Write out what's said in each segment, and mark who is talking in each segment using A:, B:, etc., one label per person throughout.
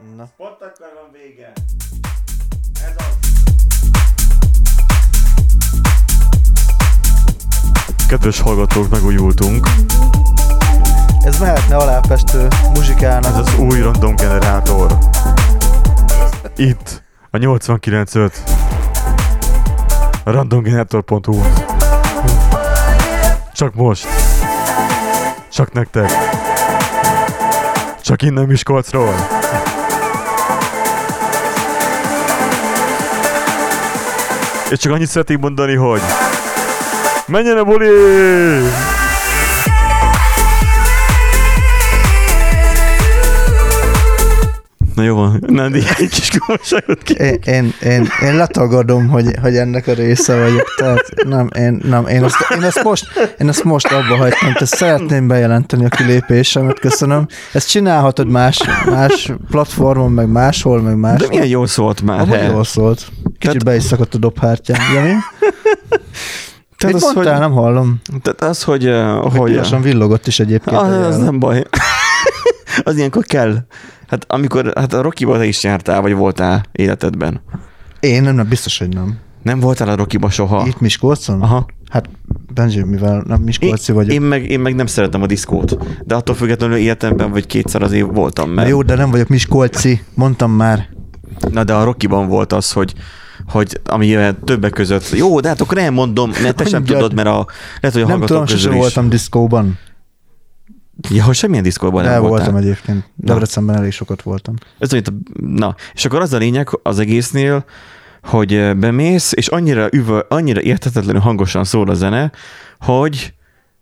A: Na.
B: Spottakkal van vége. Ez az.
C: Kedves hallgatók, megújultunk.
A: Ez mehetne Alápestő muzsikának.
C: Ez az új random generátor. Itt a 89.5 a randomgenerator.hu. Csak most. Csak nektek. Csak innen Miskolcról. És csak annyit szeretnék mondani, hogy menjen a buli! Na jó van, Nandi, egy kis komolyságot kérek.
A: Én letagadom, hogy ennek a része vagyok. Tehát én ezt most abba hagytam. Te szeretném bejelenteni a kilépésemet, köszönöm. Ezt csinálhatod más platformon, meg máshol, meg más.
C: De milyen jól szólt már.
A: Amúgy jól szólt. Kicsit be is szakadt a dobhártyám. Jami? Mit mondtál, nem hallom.
C: Tehát az, hogy
A: lassan villogott is egyébként.
C: Az nem baj. Az ilyenkor kell. Hát a Rockyba te is jártál, vagy voltál életedben?
A: Én nem, biztos, hogy nem.
C: Nem voltál a Rockyba soha?
A: Itt Miskolcon?
C: Aha.
A: Hát Benji, mivel nem miskolci vagyok.
C: Én meg nem szeretem a diszkót, de attól függetlenül életemben vagy kétszer azért voltam. Mert...
A: Jó, de nem vagyok miskolci, mondtam már.
C: Na de a Rockyban volt az, hogy ami többek között, jó, de hát akkor elmondom, mert te sem tudod, mert lehet, hogy a hallgatók közül is.
A: Nem tudom, voltam diszkóban.
C: Ja, hogy semmilyen diszkóban nem voltál.
A: Voltam egyébként. Debrecenben elég sokat voltam.
C: Na, és akkor az a lényeg az egésznél, hogy bemész, és annyira érthetetlenül hangosan szól a zene, hogy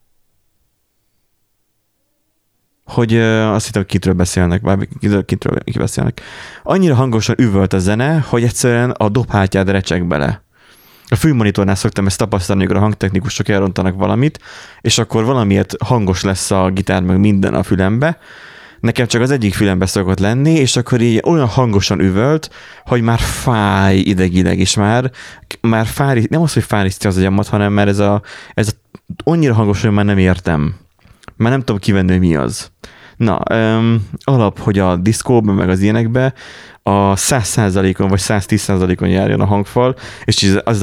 C: azt hittem, kitről beszélnek, kitről beszélnek. Annyira hangosan üvölt a zene, hogy egyszerűen a dobhártyád recseg bele. A fülmonitornál szoktam ezt tapasztalni, amikor a hangtechnikusok elrontanak valamit, és akkor valamiért hangos lesz a gitár, meg minden a fülembe. Nekem csak az egyik fülembe szokott lenni, és akkor így olyan hangosan üvölt, hogy már fáj idegileg, és már nem az, hogy fárisztja az agyamat, hanem már ez a annyira hangos, hogy már nem értem. Már nem tudom kivenni, hogy mi az. Na, alap, hogy a diszkóban, meg az ilyenekben a 100%-on vagy 110%-on járjon a hangfal, és ez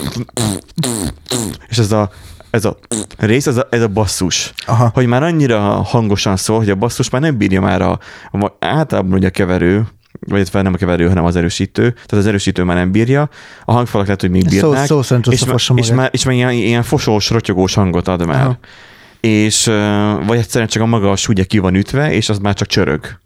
C: a rész, ez a basszus. Aha. Hogy már annyira hangosan szól, hogy a basszus már nem bírja már általában ugye a keverő, vagy nem a keverő, hanem az erősítő. Tehát az erősítő már nem bírja. A hangfalak lehet, hogy még bírnák. És már ilyen fosós, rotyogós hangot ad már. Aha. És vagy egyszerűen csak a maga a súgya ki van ütve, és az már csak csörög.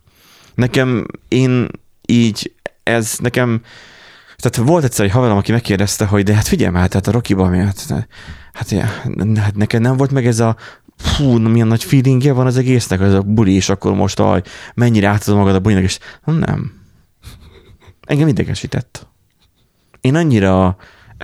C: Tehát volt egyszer egy haverom, aki megkérdezte, hogy de hát figyelj már, tehát a Rockyban hát neked nem volt meg ez a milyen nagy feelingje van az egésznek, ez a buli, és akkor most mennyire átadod magad a bulinak, és nem. Engem idegesített. Én annyira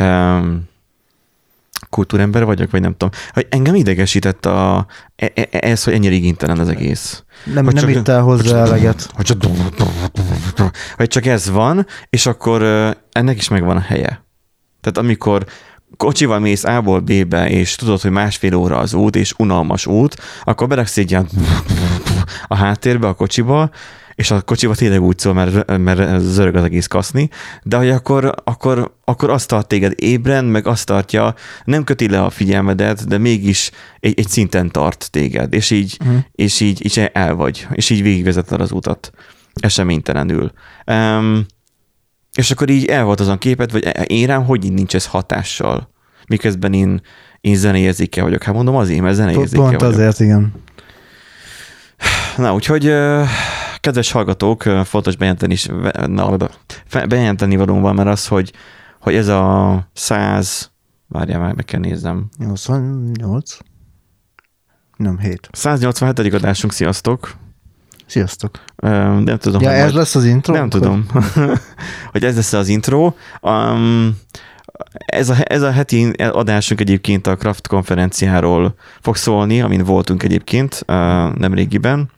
C: kultúrember vagyok, vagy nem tudom, hogy engem idegesített ez, hogy ennyire igénytelen az egész.
A: Nem ittál hozzá eleget.
C: Hogy csak ez van, és akkor ennek is megvan a helye. Tehát amikor kocsival mész A-ból B-be, és tudod, hogy 1,5 óra az út, és unalmas út, akkor beraksz egy ilyen a háttérbe, a kocsiba, és a kocsiba tényleg úgy szól, mert zörög az egész kaszni, de hogy akkor azt tart téged ébren, meg azt tartja, nem köti le a figyelmedet, de mégis egy szinten tart téged, és így el vagy, és így végigvezeted az utat eseménytelenül. És akkor így el volt azon képet, vagy én rám, hogy nincs ez hatással, miközben én zenéérzéke vagyok. Hát mondom azért, mert zenéérzéke vagyok.
A: Pont azért, igen.
C: Na, úgyhogy kedves hallgatók, fontos bejelenteni valóban, mert az, hogy ez a 100, várjál már, meg kell nézzem.
A: 88? Nem, 7.
C: 187. adásunk, sziasztok!
A: Sziasztok!
C: Nem tudom.
A: Ja, ez lesz az intro?
C: Nem tudom, hogy ez lesz az intro. Ez a heti adásunk egyébként a Craft konferenciáról fog szólni, amin voltunk egyébként nemrégiben.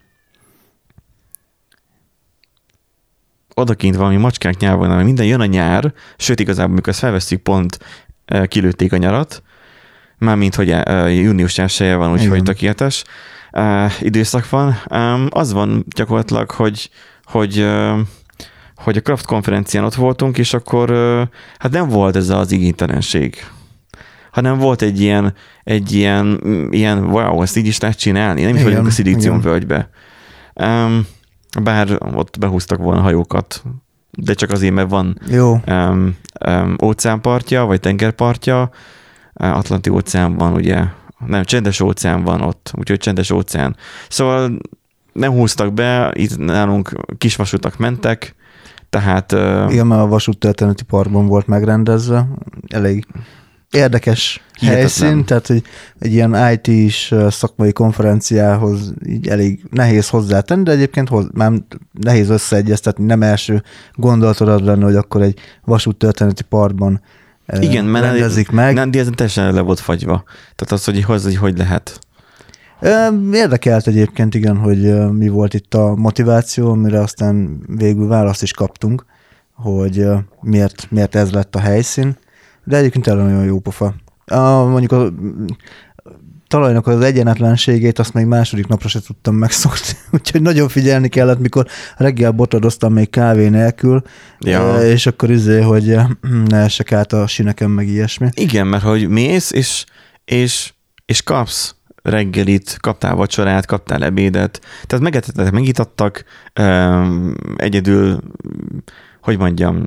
C: Odakint valami macskák nyelven, ami minden jön a nyár, sőt igazából, amikor ezt felveszünk, pont kilőtték a nyarat, mármint, hogy június 1-je van, úgyhogy tökéletes. időszak van. Az van gyakorlatilag, hogy a Craft konferencián ott voltunk, és akkor hát nem volt ez az igénytelenség, hanem volt egy ilyen wow, ezt így is lehet csinálni. Nem is vagyunk a Szilícium völgybe. Bár ott behúztak volna hajókat, de csak azért, mert van óceánpartja, vagy tengerpartja, Atlanti óceán van, ugye, nem, csendes óceán van ott, úgyhogy csendes óceán. Szóval nem húztak be, itt nálunk kisvasutak mentek, tehát...
A: Igen, mert a vasúttörténeti parkban volt megrendezve, elég érdekes helyszín, tehát hogy egy ilyen IT-s szakmai konferenciához így elég nehéz hozzátenni, de egyébként már nehéz összeegyeztetni, nem első gondolatod az lenne, hogy akkor egy vasúttörténeti parkban rendezik meg.
C: Nem, de ezen teljesen le volt fagyva. Tehát az, hogy lehet.
A: Érdekelt egyébként, igen, hogy mi volt itt a motiváció, amire aztán végül választ is kaptunk, hogy miért ez lett a helyszín, de egyébként tényleg nagyon jó pofa. Mondjuk a talajnak az egyenetlenségét azt még második napra se tudtam megszokni, úgyhogy nagyon figyelni kellett, mikor reggel botadoztam még kávé nélkül, és akkor hogy ne essek át a sineken, meg ilyesmi.
C: Igen, mert hogy mész, és kapsz reggelit, kaptál vacsorát, kaptál ebédet, tehát megetettek, megitattak, egyedül, hogy mondjam,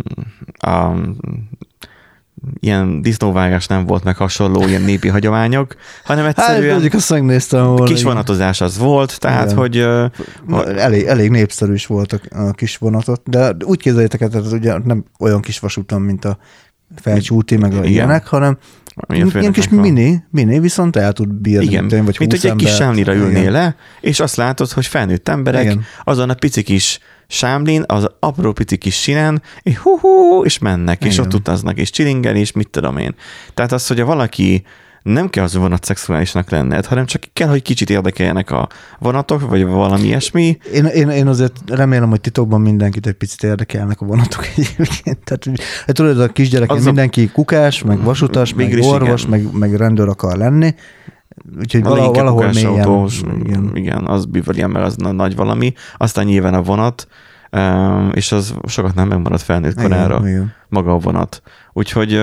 C: ilyen disznóvágás nem volt, meg hasonló ilyen népi hagyományok, hanem egyszerűen kis vonatozás az volt, tehát, igen. hogy...
A: Elég népszerű is volt a kis vonatot, de úgy képzeljétek, tehát ugye nem olyan kis vasúton, mint a Felcsúti úti, meg a ilyenek, hanem ilyen kis mini, viszont el tud bírni. Igen,
C: vagy mint hogy egy kis sámlira ülnél le, és azt látod, hogy felnőtt emberek igen. azon a pici kis sámlin, az apró pici kis sinen, és mennek, igen. és ott utaznak, és csilingel, és mit tudom én. Tehát az, hogy valaki nem kell az vonat szexuálisnak lenned, hanem csak kell, hogy kicsit érdekeljenek a vonatok, vagy valami ilyesmi.
A: Én azért remélem, hogy titokban mindenkit egy picit érdekelnek a vonatok egyébként. Tehát tudod, a kisgyerek, mindenki kukás, meg vasutas, meg orvos, meg rendőr akar lenni. Úgyhogy valahol mélyen.
C: Igen, az bivarian, mert az nagy valami. Aztán nyilván a vonat, és az sokat nem megmaradt felnőtt korára maga a vonat. Úgyhogy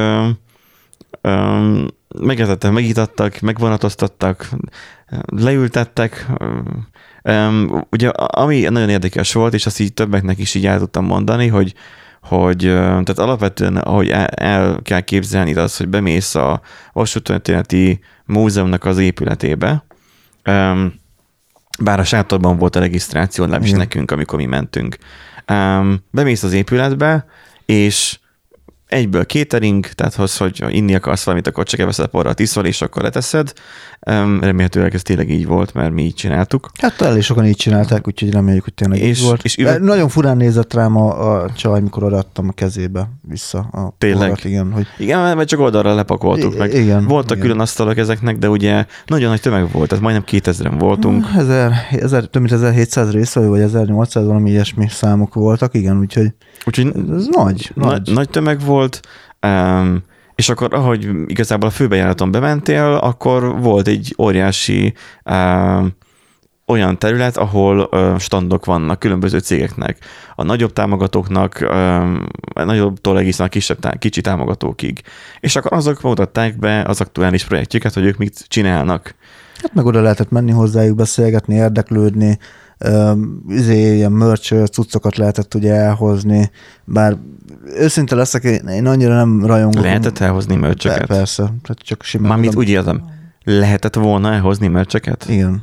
C: megetettek, megitattak, megvonatoztattak, leültettek. Ugye, ami nagyon érdekes volt, és azt így többeknek is így el tudtam mondani, hogy tehát alapvetően, ahogy el kell képzelni az, hogy bemész a Vasúttörténeti Múzeumnak az épületébe, bár a sátorban volt a regisztráció, legalábbis nekünk, amikor mi mentünk. Bemész az épületbe, és egyből catering, tehát hogy inni akarsz valamit, akkor csak elveszed a porrat, iszol, és akkor leteszed. Remélhetőleg ez tényleg így volt, mert mi így csináltuk.
A: Hát elég sokan így csinálták, úgyhogy reméljük, hogy tényleg így volt. És nagyon furán nézett rám a csaj, mikor odaadtam a kezébe vissza a porrat.
C: Igen, mert csak oldalra lepakoltuk meg.
A: Igen,
C: voltak külön asztalok ezeknek, de ugye nagyon nagy tömeg volt, tehát majdnem 2000-en voltunk.
A: Több mint 1700 részvevő, vagy 1800, valami ilyesmi számok voltak, igen, úgyhogy ez nagy
C: tömeg volt, és akkor ahogy igazából a főbejáraton bementél, akkor volt egy óriási olyan terület, ahol standok vannak különböző cégeknek. A nagyobb támogatóknak, a nagyobbtól egészen a kicsi támogatókig. És akkor azok mutatták be az aktuális projektjüket, hogy ők mit csinálnak.
A: Hát meg oda lehetett menni hozzájuk, beszélgetni, érdeklődni, ilyen merch cuccokat lehetett ugye elhozni, bár őszinte leszek, én annyira nem rajongok.
C: Lehetett elhozni mercheket?
A: Persze. Tehát csak simán.
C: Mármint úgy értem, lehetett volna elhozni mercheket?
A: Igen.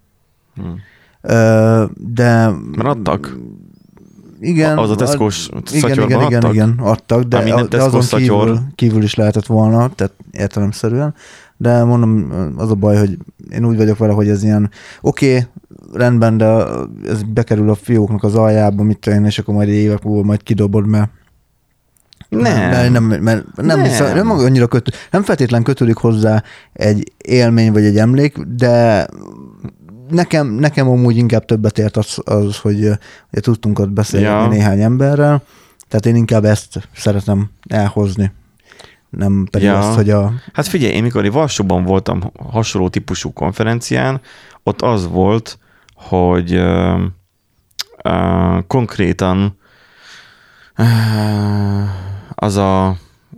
A: De...
C: Mert adtak?
A: Igen.
C: Az a Tesco-s szatyorban adtak?
A: Igen, adtak, de azon kívül is lehetett volna, tehát értelemszerűen. De mondom, az a baj, hogy én úgy vagyok vele, hogy ez ilyen oké, rendben, de ez bekerül a fióknak az aljába, mit tudom én, és akkor majd évek múlva majd kidobod, mert nem annyira nem feltétlen kötődik hozzá egy élmény vagy egy emlék, de nekem amúgy inkább többet ért az hogy tudtunk ott beszélni néhány emberrel, tehát én inkább ezt szeretem elhozni. nem pedig azt, hogy
C: Hát figyelj, én mikor Varsóban voltam hasonló típusú konferencián, ott az volt, hogy konkrétan az a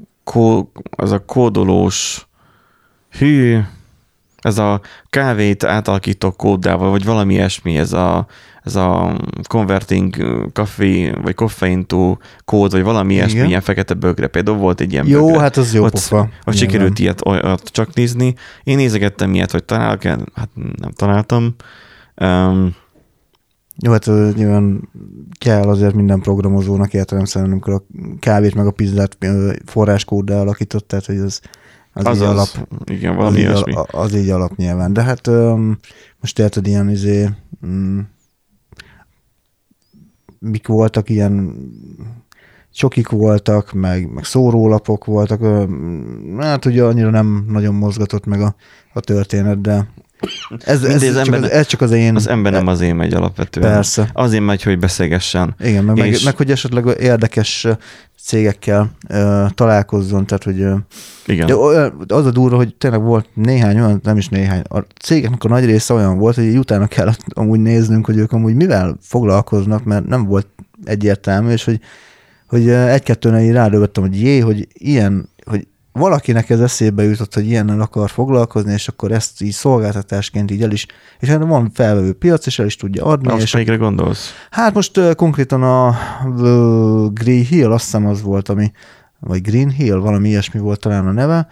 C: kódolós ez a kávét átalakító kóddával, vagy valami ilyesmi, ez a converting coffee, vagy coffee to kód, vagy valami ilyesmi, ilyen fekete bögre. Például volt egy ilyen
A: jó,
C: bögre.
A: hát az jó pofa.
C: Ott sikerült ilyet csak nézni. Én nézegettem ilyet, hogy találok, hát nem találtam.
A: Jó, hát nyilván kell azért minden programozónak értelemszerűen, amikor a kávét meg a pizzát forráskóddal alakított, tehát hogy az így alap.
C: Igen, valami ilyesmi.
A: Az így alap nyilván. De hát most érted ilyen mik voltak, ilyen csokik voltak, meg szórólapok voltak, hát ugye annyira nem nagyon mozgatott meg a történet, de ez csak az én...
C: Az ember nem azért megy alapvetően.
A: Persze.
C: Azért megy, hogy beszélgessen.
A: Igen, meg hogy esetleg érdekes cégekkel találkozzon, tehát hogy
C: igen.
A: Az a durva, hogy tényleg volt néhány olyan, nem is néhány, a cégeknek a nagy része olyan volt, hogy utána kell amúgy néznünk, hogy ők amúgy mivel foglalkoznak, mert nem volt egyértelmű, és hogy egy-kettőnél így rádövettem, hogy ilyen, hogy valakinek ez eszébe jutott, hogy ilyennel akar foglalkozni, és akkor ezt így szolgáltatásként így el is, és hát van felvevő piac, és el is tudja adni.
C: Most melyikre gondolsz?
A: Hát most konkrétan a Green Hill, azt hiszem az volt, vagy Green Hill, valami ilyesmi volt talán a neve,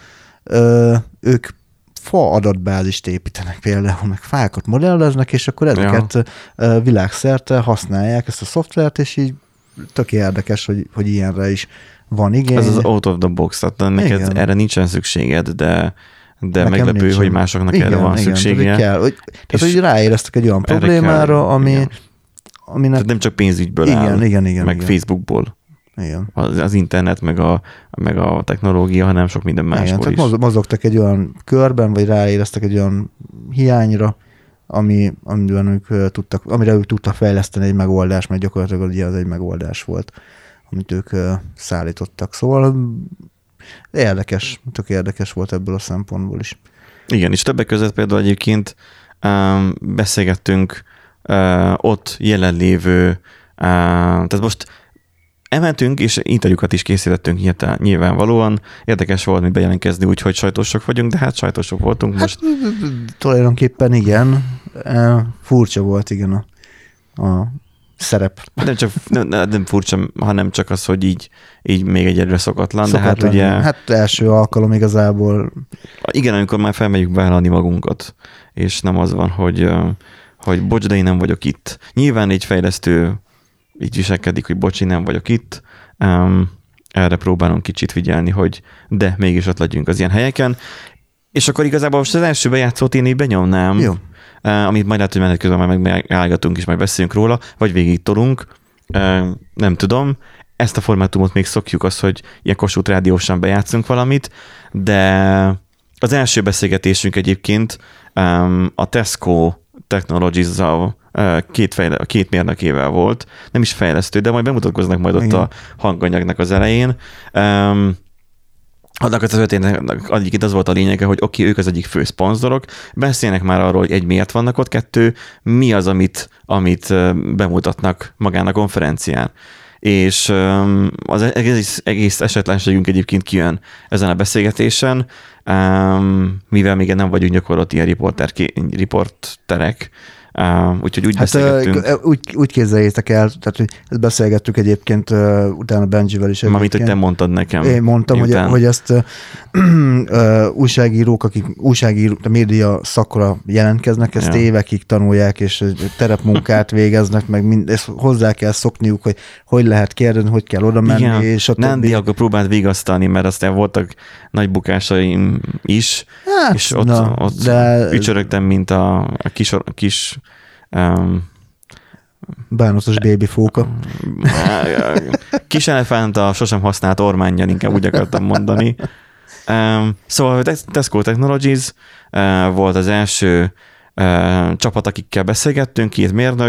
A: ők fa adatbázist építenek például, meg fákat modelleznek, és akkor ezeket világszerte használják, ezt a szoftvert, és így tök érdekes, hogy ilyenre is van igény. Ez
C: az out of the box, tehát neked erre nincsen szükséged, de meglepő, nincsen. Hogy másoknak erre van szüksége.
A: Tehát, hogy ráéreztek egy olyan problémára, aminek...
C: Tehát nem csak pénzügyből áll, meg Facebookból.
A: Igen.
C: Az internet, meg a technológia, hanem sok minden másból is.
A: Tehát mozogtak egy olyan körben, vagy ráéreztek egy olyan hiányra, amire ők tudtak fejleszteni egy megoldást, mert gyakorlatilag ugye az egy megoldás volt, amit ők szállítottak. Szóval tök érdekes volt ebből a szempontból is.
C: Igen, és többek között például egyébként beszélgettünk ott jelenlévő, tehát most elmentünk, és interjúkat is készítettünk nyilvánvalóan. Érdekes volt mi bejelentkezni úgy, hogy sajtósok vagyunk, de hát sajtósok voltunk most.
A: Hát, tulajdonképpen igen. Furcsa volt, igen a szerep.
C: Nem furcsa, hanem csak az, hogy így még egyedre szokatlan. De hát ugye...
A: Hát első alkalom igazából.
C: Igen, amikor már felmegyünk vállalni magunkat, és nem az van, hogy bocs, de én nem vagyok itt. Nyilván egy fejlesztő így viselkedik, hogy bocsi, nem vagyok itt. Erre próbálunk kicsit figyelni, hogy de mégis ott legyünk az ilyen helyeken. És akkor igazából most az első bejátszót én így benyomnám. Jó. Amit majd lehet, hogy menet közben majd megállgatunk és majd beszélünk róla, vagy végig tolunk. Nem tudom. Ezt a formátumot még szokjuk az, hogy ilyen Kossuth rádiósan bejátszunk valamit, de az első beszélgetésünk egyébként a Tesco Technologies-zal két mérnökével volt, nem is fejlesztő, de majd bemutatkoznak majd ott a hanganyagnak az elején. Annak az történetnek egyébként az volt a lényege, hogy oké, ők az egyik fő szponzorok, beszélnek már arról, hogy miért vannak ott, kettő, mi az, amit bemutatnak magán a konferencián. És az egész esetlenségünk egyébként kijön ezen a beszélgetésen, mivel még nem vagyunk gyakorlati ilyen riporterek, úgyhogy úgy beszélgettünk.
A: Úgy képzeljétek el, tehát hogy ezt beszélgettük egyébként utána Benjivel is.
C: Mármint, hogy te mondtad nekem.
A: Én mondtam, hogy ezt újságírók, akik a média szakra jelentkeznek, ezt évekig tanulják, és terepmunkát végeznek, meg ezt hozzá kell szokniuk, hogy lehet kérdezni, hogy kell oda menni,
C: igen.
A: És a
C: többi. Akkor próbált vigasztalni, mert aztán voltak nagy bukásaim is, hát, és ott ücsörögtem, mint a kis
A: bánatos babyfóka.
C: Kis elefánt a sosem használt ormánnyal, inkább úgy akartam mondani. Szóval Tesco Technologies volt az első csapat, akikkel beszélgettünk, két mérnök,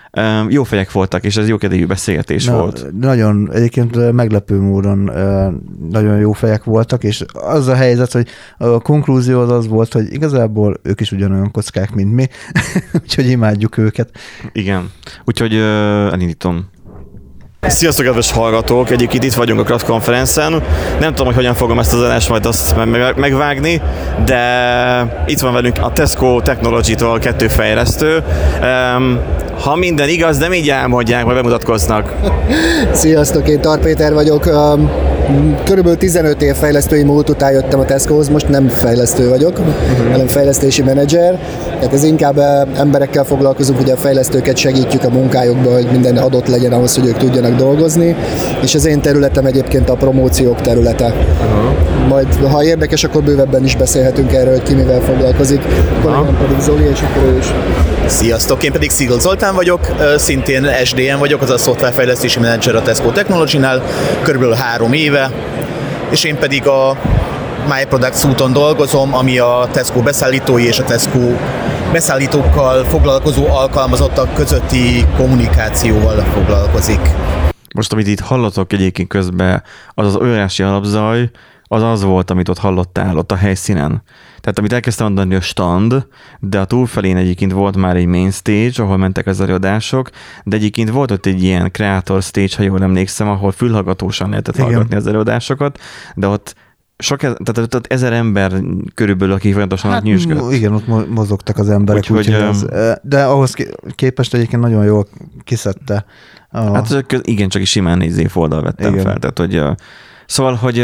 C: jó fejek voltak, és ez jókedélyű beszélgetés volt.
A: Nagyon, egyébként meglepő módon nagyon jó fejek voltak, és az a helyzet, hogy a konklúzió az volt, hogy igazából ők is ugyanolyan kockák, mint mi, úgyhogy imádjuk őket.
C: Igen, úgyhogy elindítom. Sziasztok, kedves hallgatók! Egyébként itt vagyunk a Craft Conference-en. Nem tudom, hogy hogyan fogom ezt az adást majd azt megvágni, de itt van velünk a Tesco Technology-tól 2 fejlesztő. Ha minden igaz, de mindjárt elmondják, majd bemutatkoznak.
D: Sziasztok, én Tar Péter vagyok. Körülbelül 15 év fejlesztői múlt után jöttem a Tescohoz, most nem fejlesztő vagyok, hanem fejlesztési menedzser. Tehát ez inkább emberekkel foglalkozunk, ugye a fejlesztőket segítjük a munkájukban, hogy minden adott legyen ahhoz, hogy ők tudjanak dolgozni, és az én területem egyébként a promóciók területe. Majd, ha érdekes, akkor bővebben is beszélhetünk erről, hogy ki mivel foglalkozik. Kollégám pedig Zoli, és akkor ő is.
E: Sziasztok, én pedig Szigl Zoltán vagyok, szintén SDM vagyok, azaz szoftverfejlesztési menedzser a Tesco Technology-nál, körülbelül 3 éve, és én pedig a My Products úton dolgozom, ami a Tesco beszállítói és a Tesco beszállítókkal foglalkozó alkalmazottak közötti kommunikációval foglalkozik.
C: Most, amit itt hallatok egyébként közben, az óriási alapzaj, az volt, amit ott hallottál, ott a helyszínen. Tehát amit elkezdtem mondani, a stand, de a túlfelén egyébként volt már egy main stage, ahol mentek az előadások, de egyébként volt ott egy ilyen creator stage, ha jól emlékszem, ahol fülhallgatósan lehetett hallgatni az előadásokat, de ott tehát ott 1000 ember körülbelül, akik folyamatosan nyűsgött.
A: Igen, ott mozogtak az emberek, de ahhoz képest egyébként nagyon jól kiszedte.
C: Hát igen, csak is simán oldal vettem fel. Tehát, hogy, szóval, hogy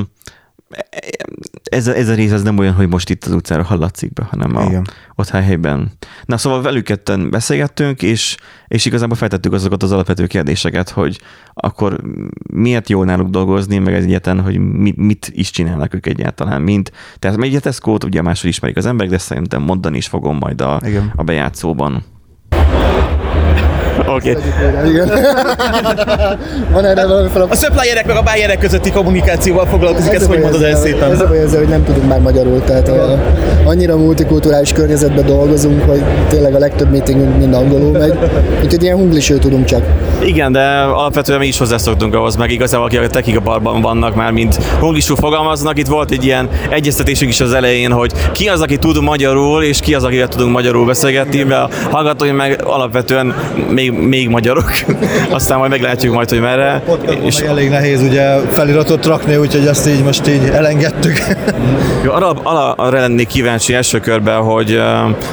C: ez a rész az nem olyan, hogy most itt az utcára hallatszik be, hanem ott helyben. Na, szóval velük ketten beszélgettünk, és igazából feltettük azokat az alapvető kérdéseket, hogy akkor miért jó náluk dolgozni, meg egyáltalán, hogy mit is csinálnak ők egyáltalán, tehát még a Tesco-t ugye máshol ismerik az emberek, de szerintem mondani is fogom majd a bejátszóban. Oké.
D: Van erre valami fel
E: A supplierek meg a buyerek közötti kommunikációval foglalkozik, ezt hogy mondod el szépen?
D: Ez a baj ezzel, hogy nem tudunk már magyarul, tehát annyira multikulturális környezetben dolgozunk, hogy tényleg a legtöbb meetingünk mind angolul megy, úgyhogy ilyen hunglisül tudunk csak.
C: Igen, de alapvetően mi is hozzászoktunk ahhoz, meg igazából akik a techik a barban vannak már, mint hunglisül fogalmaznak. Itt volt egy ilyen egyeztetésünk is az elején, hogy ki az, aki tud magyarul, és ki az, akivel tudunk magyarul beszélgetni, mert a hallgatói meg alapvetően még magyarok. Aztán majd meglátjuk majd, hogy merre.
F: És elég nehéz ugye feliratot rakni, úgyhogy azt így most így elengedtük.
C: Jó, arra lennék kíváncsi első körben, hogy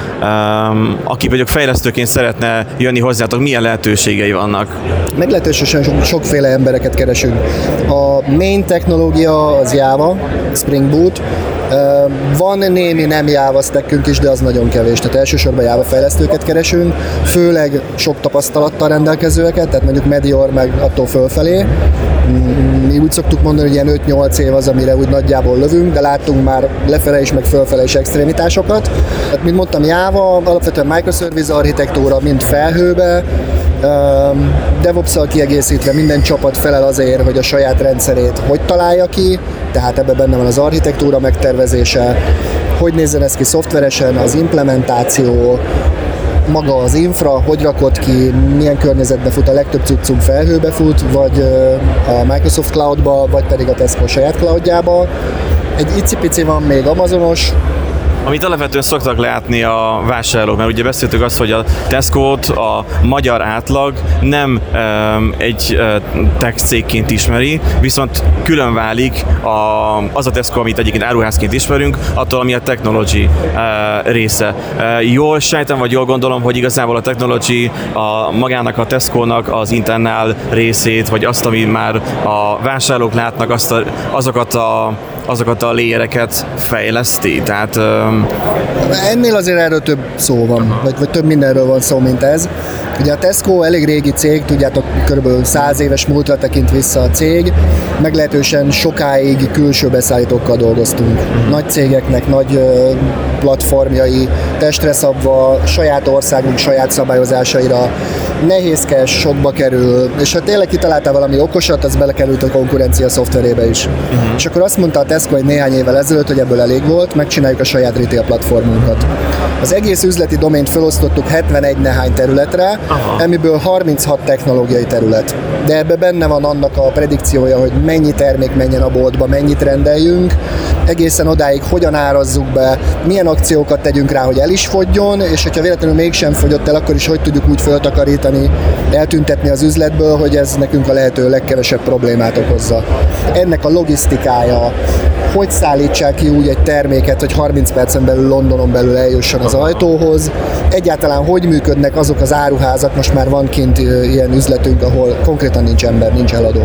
C: aki vagyok fejlesztőként szeretne jönni hozzátok, milyen lehetőségei vannak?
D: Meglehetősen sokféle embereket keresünk. A main technológia az Java, Spring Boot. Van némi nem Java stackünk is, de az nagyon kevés. Tehát elsősorban Java fejlesztőket keresünk, főleg sok tapasztalattal rendelkezőeket, tehát mondjuk Medior meg attól fölfelé. Mi úgy szoktuk mondani, hogy ilyen 5-8 év az, amire úgy nagyjából lövünk, de láttunk már lefele is, meg fölfele is extrémitásokat. Tehát, mint mondtam, Java, alapvetően microservice architektúra, mind felhőbe, DevOps-szal kiegészítve minden csapat felel azért, hogy a saját rendszerét hogy találja ki, tehát ebben benne van az architektúra megtervezése, hogy nézzen ez ki szoftveresen, az implementáció, maga az infra, hogy rakod ki, milyen környezetbe fut, a legtöbb cuccunk felhőbe fut, vagy a Microsoft Cloudba, vagy pedig a Tesco saját cloudjába. Egy icipici van még Amazonos,
C: Amit alapvetően szoktak látni a vásárlók, mert ugye beszéltük azt, hogy a Tesco-t a magyar átlag nem egy tech cégként ismeri, viszont külön válik az a Tesco, amit egyébként áruházként ismerünk, attól, ami a technology része. Jól sejtem, vagy jól gondolom, hogy igazából a technology magának a Tesco-nak az internal részét, vagy azt, ami már a vásárlók látnak, azokat a layereket fejleszti, tehát...
D: Ennél azért erről több szó van, vagy több mindenről van szó, mint ez. Ugye a Tesco elég régi cég, tudjátok, kb. 100 éves múltra tekint vissza a cég, meglehetősen sokáig külső beszállítókkal dolgoztunk. Nagy cégeknek, nagy platformjai, testre szabva, saját országunk saját szabályozásaira, nehézkes, sokba kerül, és ha tényleg kitaláltál valami okosat, az belekerült a konkurencia szoftverébe is. És akkor azt mondta a Tesco egy néhány évvel ezelőtt, hogy ebből elég volt, megcsináljuk a saját retail platformunkat. Az egész üzleti domént felosztottuk 71 nehány területre, amiből 36 technológiai terület. De ebbe benne van annak a predikciója, hogy mennyi termék menjen a boltba, mennyit rendeljünk, egészen odáig hogyan árazzuk be, milyen akciókat tegyünk rá, hogy el is fogyjon, és hogyha véletlenül mégsem fogyott el, akkor is hogy tudjuk úgy föltakarítani, eltüntetni az üzletből, hogy ez nekünk a lehető legkevesebb problémát okozza. Ennek a logisztikája, hogy szállítsák ki úgy egy terméket, hogy 30 percen belül Londonon belül eljusson az ajtóhoz, egyáltalán hogy működnek azok az áruházak, most már van kint ilyen üzletünk, ahol konkrétan nincs ember, nincs eladó.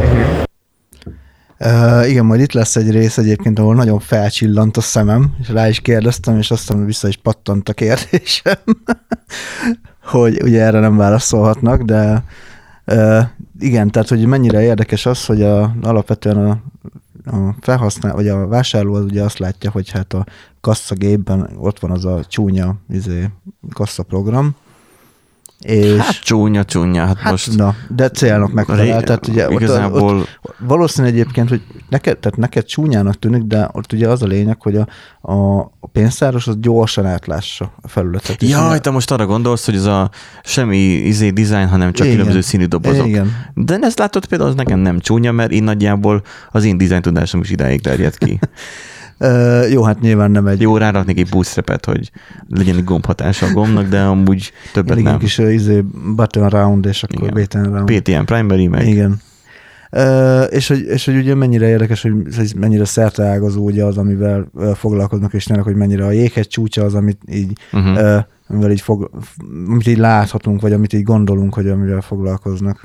A: Igen, majd itt lesz egy rész egyébként, ahol nagyon felcsillant a szemem, és rá is kérdeztem, és aztán vissza is pattant a kérdésem, hogy ugye erre nem válaszolhatnak, de igen, tehát hogy mennyire érdekes az, hogy alapvetően a felhasználó, vagy a vásárló az ugye azt látja, hogy hát a kasszagépben ott van az a csúnya kasszaprogram, és
C: hát csúnya, hát most...
A: Na, de célnak megfelel. Tehát ugye igazából... ott valószínű egyébként, hogy neked csúnyának tűnik, de ott ugye az a lényeg, hogy a pénztáros az gyorsan átlássa a felületet.
C: Jaj, te most arra gondolsz, hogy ez a semmi design, hanem csak különböző színű dobozok.
A: Igen.
C: De ezt látod például, az nekem nem csúnya, mert én nagyjából az én design tudásom is idáig terjed ki.
A: Jó, hát nyilván nem egy...
C: Jó, ráraknék egy bootstrapet, hogy legyen egy gombhatása a gombnak, de amúgy többet
A: igen,
C: nem.
A: Kis button round, és akkor
C: igen.
A: button round.
C: PTM primary meg.
A: Igen. És hogy ugye mennyire érdekes, hogy mennyire szerteágazó ugye az, amivel foglalkoznak, és tényleg, hogy mennyire a jéghegy csúcsa az, amit így, amivel így amit így láthatunk, vagy amit így gondolunk, hogy amivel foglalkoznak.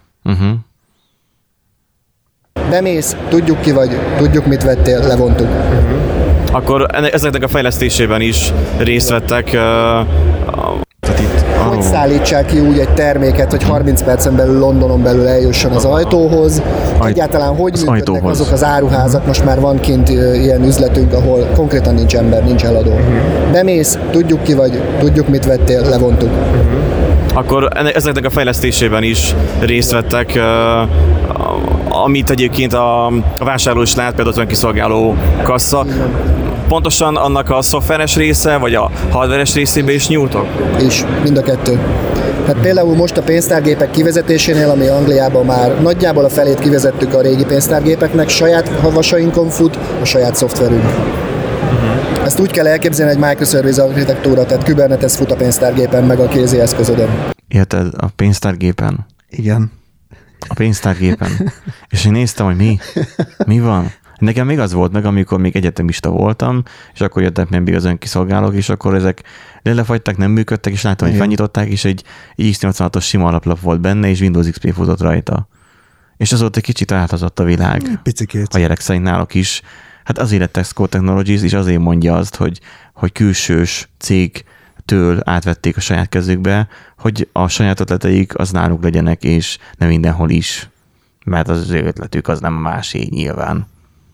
D: Bemész, tudjuk ki vagy, tudjuk mit vettél, levontuk.
C: Akkor ezeknek a fejlesztésében is részt vettek.
D: Hogy szállítsák ki úgy egy terméket, hogy 30 percen belül Londonon belül eljusson az ajtóhoz, egyáltalán hogy működnek azok az áruházak, most már van kint ilyen üzletünk, ahol konkrétan nincs ember, nincs eladó. Bemész, tudjuk ki vagy, tudjuk mit vettél, levontuk.
C: Akkor ezeknek a fejlesztésében is részt vettek, amit egyébként a vásárló is lát, például az önkiszolgáló kassa. Pontosan annak a szoftveres része, vagy a hardveres részébe is nyúltok?
D: És mind a kettő. Hát például most a pénztárgépek kivezetésénél, ami Angliában már nagyjából a felét kivezettük a régi pénztárgépeknek, saját havasainkon fut a saját szoftverünk. Ezt úgy kell elképzelni, egy microservice architektúra, tehát Kubernetes fut a pénztárgépen, meg a kézi eszközödön.
C: Érted, a pénztárgépen?
A: Igen.
C: A pénztárgépen. És én néztem, hogy mi van. Nekem még az volt meg, amikor még egyetemista voltam, és akkor jöttek még az önkiszolgálók, és akkor ezek lefagytak, nem működtek, és láttam, hogy felnyitották, és egy X86-os sima alaplap volt benne, és Windows XP futott rajta. És azóta egy kicsit áthazott a világ.
A: Picikét.
C: A gyerek szerint náluk is. Hát azért lett Tesco Technologies, és azért mondja azt, hogy külsős cégtől átvették a saját kezükbe, hogy a saját ötleteik az náluk legyenek, és nem mindenhol is. Mert az ő ötletük az nem másé nyilván.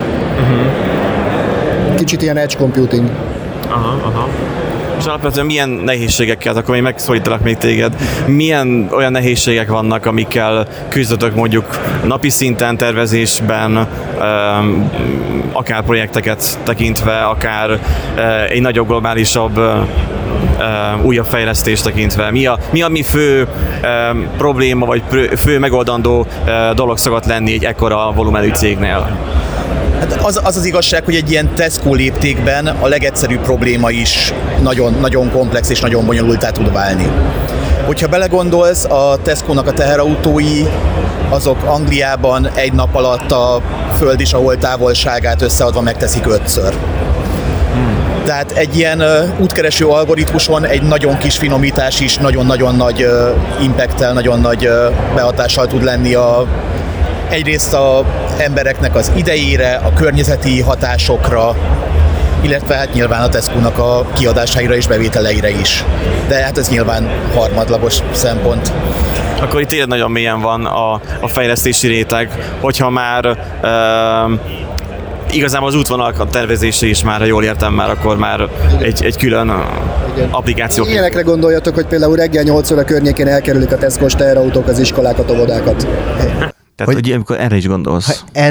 D: Kicsit ilyen edge computing.
C: Aha. És alapvetően milyen nehézségekkel, akkor még megszólítalak még téged, milyen olyan nehézségek vannak, amikkel küzdötök mondjuk napi szinten, tervezésben, akár projekteket tekintve, akár egy nagyobb, globálisabb, újabb fejlesztést tekintve? Mi a mi fő probléma, vagy fő megoldandó dolog szokott lenni egy ekkora volumenű cégnél?
E: Hát az igazság, hogy egy ilyen Tesco léptékben a legegyszerűbb probléma is nagyon, nagyon komplex és nagyon bonyolultá tud válni. Hogyha belegondolsz, a Tesco-nak a teherautói, azok Angliában egy nap alatt a föld és a hold távolságát összeadva megteszik 5-ször. Tehát egy ilyen útkereső algoritmuson egy nagyon kis finomítás is nagyon-nagyon nagy impacttel, nagyon nagy behatással tud lenni egyrészt az embereknek az idejére, a környezeti hatásokra, illetve hát nyilván a Tesco-nak a kiadásaira és bevételeire is. De hát ez nyilván harmadlagos szempont.
C: Akkor itt tényleg nagyon mélyen van a fejlesztési réteg, hogyha már igazából az útvonalak a tervezése is már, ha jól értem, már akkor már egy külön applikáció.
D: Ilyenekre gondoljatok, hogy például reggel 8 óra környékén elkerülik a Tesco-s teherautók az iskolákat, óvodákat.
C: Tehát, hogy amikor erre is gondolsz.
A: Ez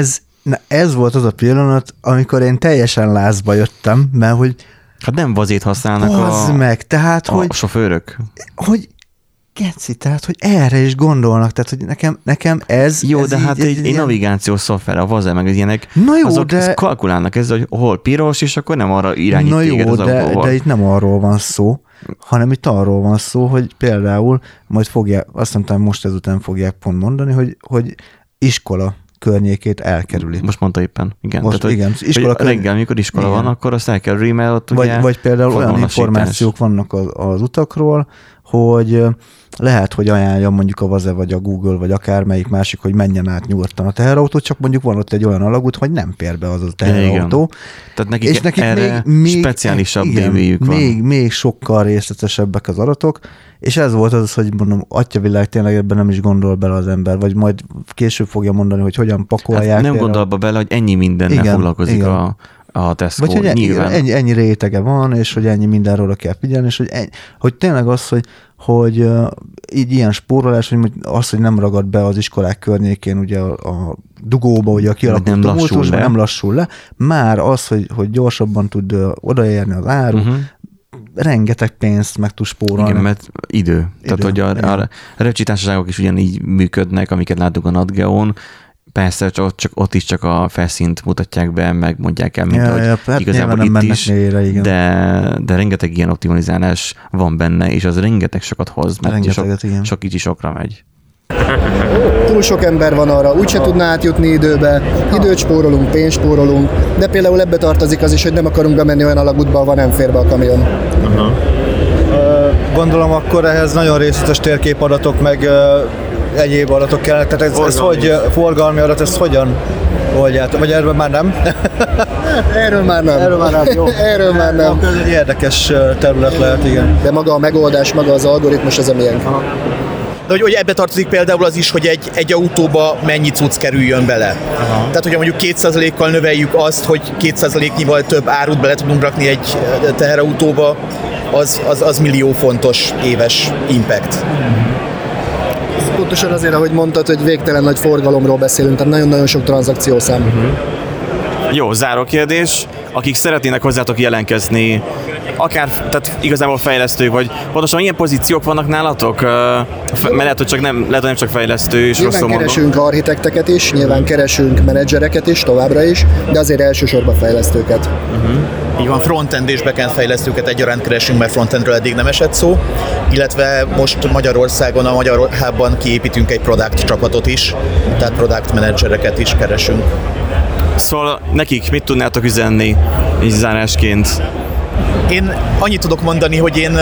A: Na, ez volt az a pillanat, amikor én teljesen lázba jöttem, mert hogy
C: Hát nem vazét használnak
A: meg, tehát,
C: a sofőrök.
A: Hogy geci, tehát, hogy erre is gondolnak, tehát, hogy nekem ez...
C: Jó,
A: ez
C: de
A: így,
C: hát egy navigációs szoftver, a vaze, meg az ilyenek,
A: na jó,
C: azok
A: de...
C: kalkulálnak ezzel, hogy hol piros, és akkor nem arra irányít
A: na
C: téged
A: jó,
C: az autóval.
A: de itt nem arról van szó, hanem itt arról van szó, hogy például majd fogják, azt mondtam, most ezután fogják pont mondani, hogy iskola környékét elkerüli.
C: Most mondta éppen, igen.
A: Most
C: tehát,
A: igen.
C: Hogy reggel, amikor iskola van, akkor azt elkerüli, mert ott ugye
A: vagy például olyan információk vannak az utakról, hogy lehet, hogy ajánlja mondjuk a Vaze, vagy a Google, vagy akármelyik másik, hogy menjen át nyugodtan a teherautó, csak mondjuk van ott egy olyan alagút, hogy nem fér be az a teherautó.
C: Tehát nekik erre még speciálisabb DV-jük van.
A: Még sokkal részletesebbek az adatok, és ez volt az, hogy mondom, atyavilág, tényleg ebben nem is gondol bele az ember, vagy majd később fogja mondani, hogy hogyan pakolják.
C: Hát nem gondol bele, hogy ennyi mindennel foglalkozik a Tesco.
A: Vagy hogy
C: nyilván.
A: Ennyi rétege van, és hogy ennyi mindenről kell figyelni, és hogy tényleg az, hogy így ilyen spórolás, hogy az, hogy nem ragad be az iskolák környékén ugye a dugóba, ugye a kialakult tumultusban, nem lassul le. Már az, hogy gyorsabban tud odaérni az áru, rengeteg pénzt meg tud spórolni.
C: Igen, mert idő. Tehát, hogy a repcsitársaságok is ugyanígy működnek, amiket látunk a NatGeón. Persze, csak ott is csak a felszínt mutatják be, meg mondják el, mint hogy igazából itt is,
A: mélyre,
C: de rengeteg ilyen optimalizálás van benne, és az rengeteg sokat hoz, mert sok kicsi sokra megy.
D: Túl sok ember van arra, úgyse tudná átjutni időbe, időt spórolunk, pénzt spórolunk, de például ebbe tartozik az is, hogy nem akarunk bemenni olyan alagútba, ahol nem fér be a kamion.
F: Gondolom akkor ehhez nagyon részletes térképadatok, meg egyéb adatok kell. Tehát ez hogy forgalmi adat, ezt hogyan oldjátok? Vagy erről már nem?
D: Erről már nem.
F: Jó.
D: Erről már nem.
F: Akkor ez egy érdekes terület lehet, igen.
D: De maga a megoldás, maga az algoritmus, ez a miénk.
E: De hogy ebbe tartozik például az is, hogy egy autóba mennyi cucc kerüljön bele. Tehát, hogyha mondjuk 2%-kal növeljük azt, hogy 2%-nyival több árut bele tudunk rakni egy teherautóba, az millió fontos éves impact.
D: Pontosan azért, ahogy mondtad, hogy végtelen nagy forgalomról beszélünk, tehát nagyon-nagyon sok tranzakciószám.
C: Jó, záró kérdés. Akik szeretnének hozzátok jelentkezni, akár, tehát igazából fejlesztők, vagy pontosan milyen pozíciók vannak nálatok? Mert lehet, hogy nem csak fejlesztő, és rosszul mondom.
D: Keresünk architekteket is, nyilván keresünk menedzsereket is, továbbra is, de azért elsősorban fejlesztőket.
E: Így van, frontend és backend fejlesztőket egyaránt keresünk, mert frontendről eddig nem esett szó, illetve most Magyarországon, a Magyar Hubban kiépítünk egy product csapatot is, tehát product menedzsereket is keresünk.
C: Szóval nekik mit tudnátok üzenni így zárásként?
E: Én annyit tudok mondani, hogy én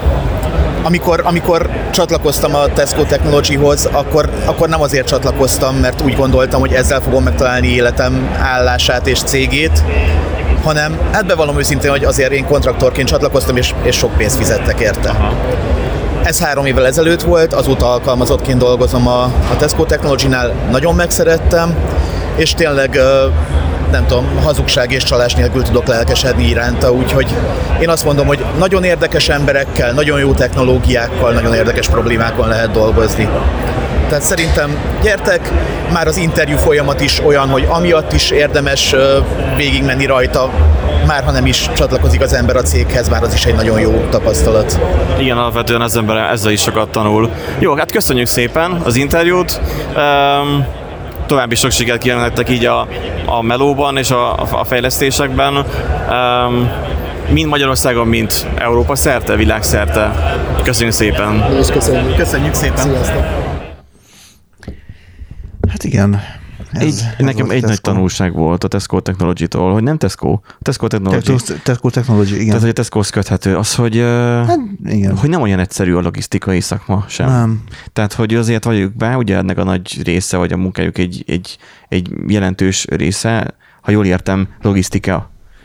E: amikor csatlakoztam a Tesco Technologyhoz, akkor nem azért csatlakoztam, mert úgy gondoltam, hogy ezzel fogom megtalálni életem állását és cégét, hanem hát bevallom őszintén, hogy azért én kontraktorként csatlakoztam, és sok pénzt fizettek érte. Ez 3 évvel ezelőtt volt, azóta alkalmazottként dolgozom a Tesco Technologynál, nagyon megszerettem, és tényleg nem tudom, hazugság és csalás nélkül tudok lelkesedni iránta, úgyhogy én azt mondom, hogy nagyon érdekes emberekkel, nagyon jó technológiákkal, nagyon érdekes problémákon lehet dolgozni. Tehát szerintem gyertek, már az interjú folyamat is olyan, hogy amiatt is érdemes végigmenni rajta, már ha nem is csatlakozik az ember a céghez, már az is egy nagyon jó tapasztalat.
C: Igen, alapvetően az ember ezzel is sokat tanul. Jó, hát köszönjük szépen az interjút. További sok sikert kívánok nektek így a melóban és a fejlesztésekben. Mind Magyarországon, mind Európa szerte, világszerte. Köszönjük szépen!
E: Köszönjük szépen!
D: Sziasztok!
A: Hát igen.
C: Nekem egy nagy tanulság volt a Tesco Technology-tól, hogy nem Tesco Technology.
A: Tesco Technology, igen.
C: Tehát, hogy a Tescohoz köthető. Az, hogy,
A: igen.
C: hogy nem olyan egyszerű a logisztikai szakma sem.
A: Nem.
C: Tehát, hogy azért vagyunk be, ugye ennek a nagy része, vagy a munkájuk egy jelentős része, ha jól értem, logisztika.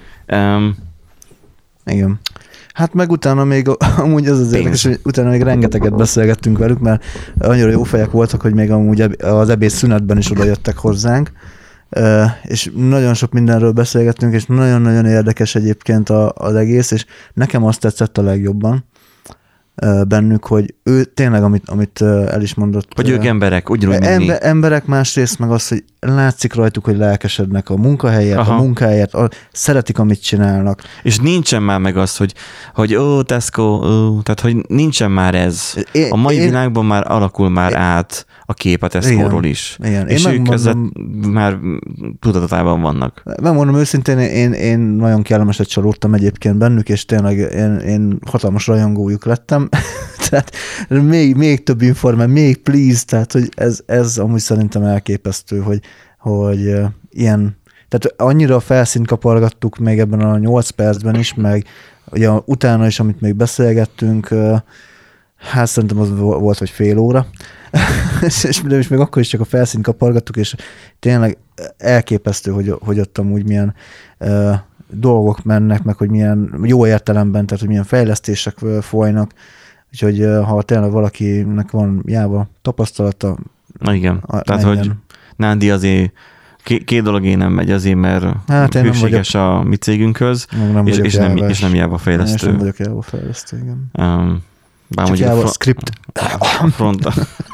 A: Igen. Hát meg utána még, amúgy az érdekes, hogy utána még rengeteget beszélgettünk velük, mert annyira jó fejek voltak, hogy még amúgy az ebéd szünetben is oda jöttek hozzánk, és nagyon sok mindenről beszélgettünk, és nagyon-nagyon érdekes egyébként az egész, és nekem azt tetszett a legjobban, bennük, hogy ő tényleg, amit el is mondott.
C: Hogy ők emberek, ugyanúgy, mint mi.
A: Emberek, másrészt meg az, hogy látszik rajtuk, hogy lelkesednek a munkahelyért, a munkáért, szeretik, amit csinálnak.
C: És nincsen már meg az, hogy Tesco, tehát hogy nincsen már ez. A mai világban már alakul már át a kép a Tesco-ról is.
A: Igen.
C: És ők ezzel már tudatában vannak.
A: Megmondom őszintén, én nagyon kellemeset csalódtam egyébként bennük, és tényleg én hatalmas rajongójuk lettem. Tehát még több informál, még please, tehát hogy ez amúgy szerintem elképesztő, hogy ilyen, tehát annyira felszínt kapargattuk még ebben a 8 percben is, meg ugye utána is, amit még beszélgettünk, hát szerintem az volt, hogy fél óra, és még akkor is csak a felszínt kapargattuk, és tényleg elképesztő, hogy ott amúgy milyen dolgok mennek, meg hogy milyen jó értelemben, tehát hogy milyen fejlesztések folynak, úgyhogy ha tényleg valakinek van Java tapasztalata,
C: igen, tehát hogy Nándi azért két dolog én nem megy azért, mert hűséges a mi cégünkhöz, és nem Java fejlesztő. És
A: nem vagyok Java fejlesztő, igen.
C: Csak
A: Java script.
C: Fronta.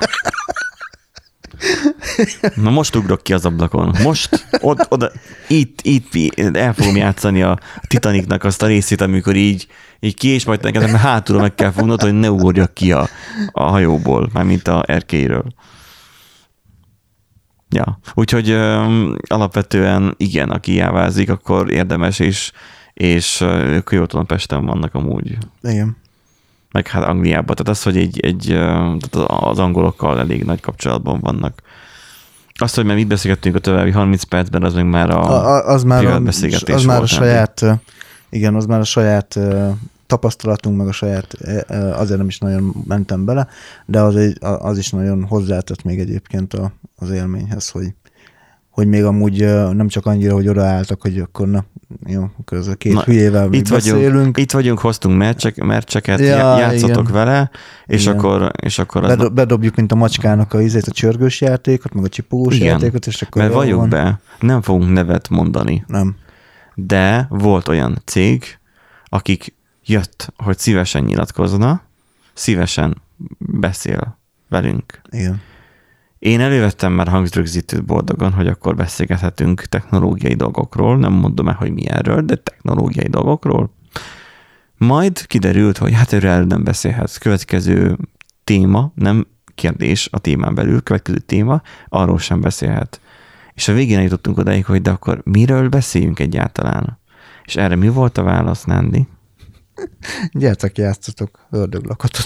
C: Na most ugrok ki az ablakon. Most oda, itt el fogom játszani a Titanicnak azt a részét, amikor így ki, és majd neked hátulra meg kell fognod, hogy ne ugorjak ki a hajóból, mármint a erkélyről. Ja, úgyhogy alapvetően igen, aki jávázik, akkor érdemes, és ők jól tudom, Pesten vannak amúgy.
A: Igen.
C: Meg hát Angliában. Tehát az, hogy tehát az angolokkal elég nagy kapcsolatban vannak. Azt, hogy mit beszélgettünk a további 30 percben, az meg már
A: az privát
C: beszélgetés
A: az
C: volt.
A: Már a saját, igen, az már a saját tapasztalatunk, meg a saját, azért nem is nagyon mentem bele, de az is nagyon hozzátett még egyébként az élményhez, hogy még amúgy nem csak annyira, hogy odaálltak, hogy akkor na, jó, akkor ez a két hülyével még beszélünk.
C: Itt vagyunk, hoztunk mercseket, játszatok vele, és akkor az...
A: Bedobjuk, mint a macskának a csörgős játékot, meg a csipogós játékot, és akkor...
C: Mert valljuk be, nem fogunk nevet mondani.
A: Nem.
C: De volt olyan cég, akik jött, hogy szívesen nyilatkozna, szívesen beszél velünk.
A: Igen.
C: Én elővettem már hangsrögzítőt boldogan, hogy akkor beszélgethetünk technológiai dolgokról, nem mondom el, hogy milyenről, de technológiai dolgokról. Majd kiderült, hogy hát erről nem beszélhetsz. Következő téma, nem kérdés a témán belül, következő téma, arról sem beszélhet. És a végén jutottunk odáig, hogy de akkor miről beszéljünk egyáltalán? És erre mi volt a válasz, Nándi?
A: Gyertek, játszatok ördöglakatot.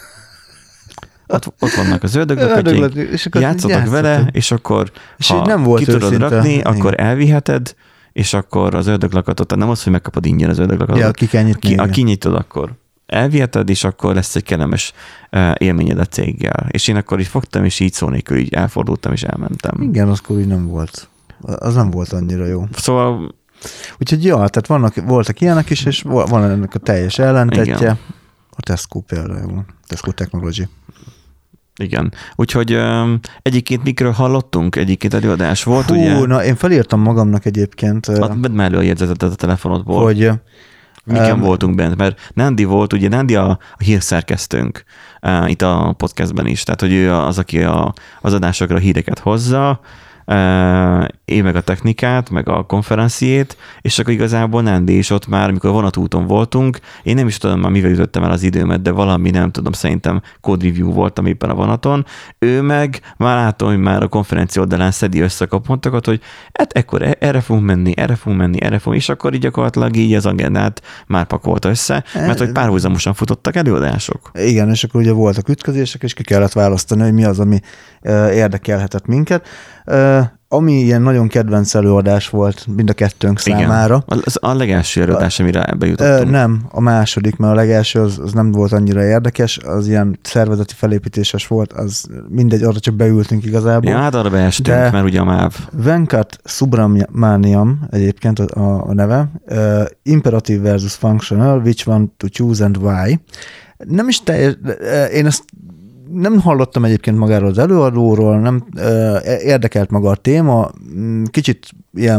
C: Ott vannak az ördöglakatyék, játszatok vele, és akkor ha nem volt ki tudod rakni, akkor elviheted, és akkor az ördöglakatot, nem az, hogy megkapod ingyen az ördöglakatot.
A: Ja, ki kell nyitni.
C: Kinyitod, akkor elviheted, és akkor lesz egy kellemes élményed a céggel. És én akkor így fogtam, és így szó nélkül így elfordultam, és elmentem.
A: Igen, akkor így nem volt. Az nem volt annyira jó.
C: Szóval...
A: Úgyhogy ja, tehát voltak ilyenek is, és van ennek a teljes ellentetje.
C: Igen.
A: A Tesco például. Tesco Technology.
C: Igen. Úgyhogy egyébként mikről hallottunk? Egyébként előadás volt, ugye?
A: Na, én felírtam magamnak egyébként.
C: Vedd már elő a jegyzetet a telefonodból.
A: Hogy...
C: Miken voltunk bent, mert Nándi volt, ugye Nándi a hírszerkesztőnk itt a podcastben is, tehát hogy ő az, aki az adásokra híreket hozza, én meg a technikát, meg a konferenciét, és akkor igazából Nándi is ott már, amikor vonatúton voltunk, én nem is tudom már mivel ütöttem el az időmet, de valami nem tudom, szerintem code review voltam éppen a vonaton, ő meg már látom, hogy már a konferencia oldalán szedi össze a pontokat, hogy hát ekkor erre fogunk menni, és akkor így gyakorlatilag így az agendát már pakolta össze, mert hogy párhuzamosan futottak előadások.
A: Igen, és akkor ugye voltak ütközések, és ki kellett választani, hogy mi az, ami érdekelhetett minket. Ami ilyen nagyon kedvenc előadás volt mind a kettőnk számára.
C: A legelső előadás, amire ebbe jutottunk.
A: Nem, a második, mert a legelső az nem volt annyira érdekes, az ilyen szervezeti felépítéses volt, az mindegy, arra csak beültünk igazából.
C: Ja, hát arra beestünk, mert ugye a MÁV.
A: Venkat Subramaniam egyébként a neve, Imperative versus Functional, which one to choose and why. Nem is én ezt nem hallottam egyébként magáról az előadóról, nem érdekelt maga a téma, kicsit ilyen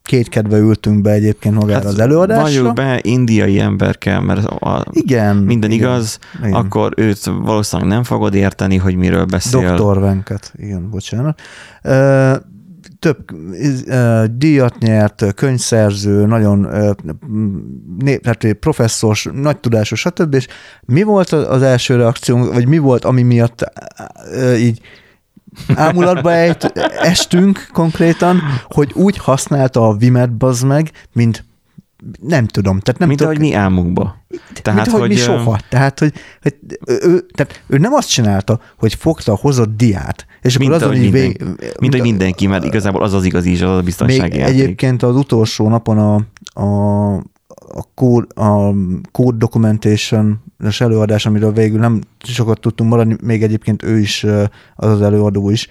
A: kétkedve ültünk be egyébként magára az előadásra.
C: Valljuk be, indiai ember kell, mert
A: igen,
C: minden igaz,
A: igen.
C: akkor őt valószínűleg nem fogod érteni, hogy miről beszél.
A: Dr. Venkat, igen, bocsánat. Több díjat nyert, könyvszerző, nagyon professzor, nagy tudású, stb. És mi volt az első reakciónk, vagy mi volt, ami miatt így ámulatba estünk konkrétan, hogy úgy használta a Vimet, bazd meg, mint nem tudom. Tehát nem
C: mint ahogy mi álmunkba.
A: Tehát, mint ahogy mi soha. Tehát, tehát ő nem azt csinálta, hogy fogta a hozott diát, és
C: mint
A: akkor azon
C: mint hogy mindenki, mert igazából az az igazi is, az a biztonsági játék.
A: Egyébként az utolsó napon a Code Documentation-es előadás, amiről végül nem sokat tudtunk maradni, még egyébként ő is, az előadó is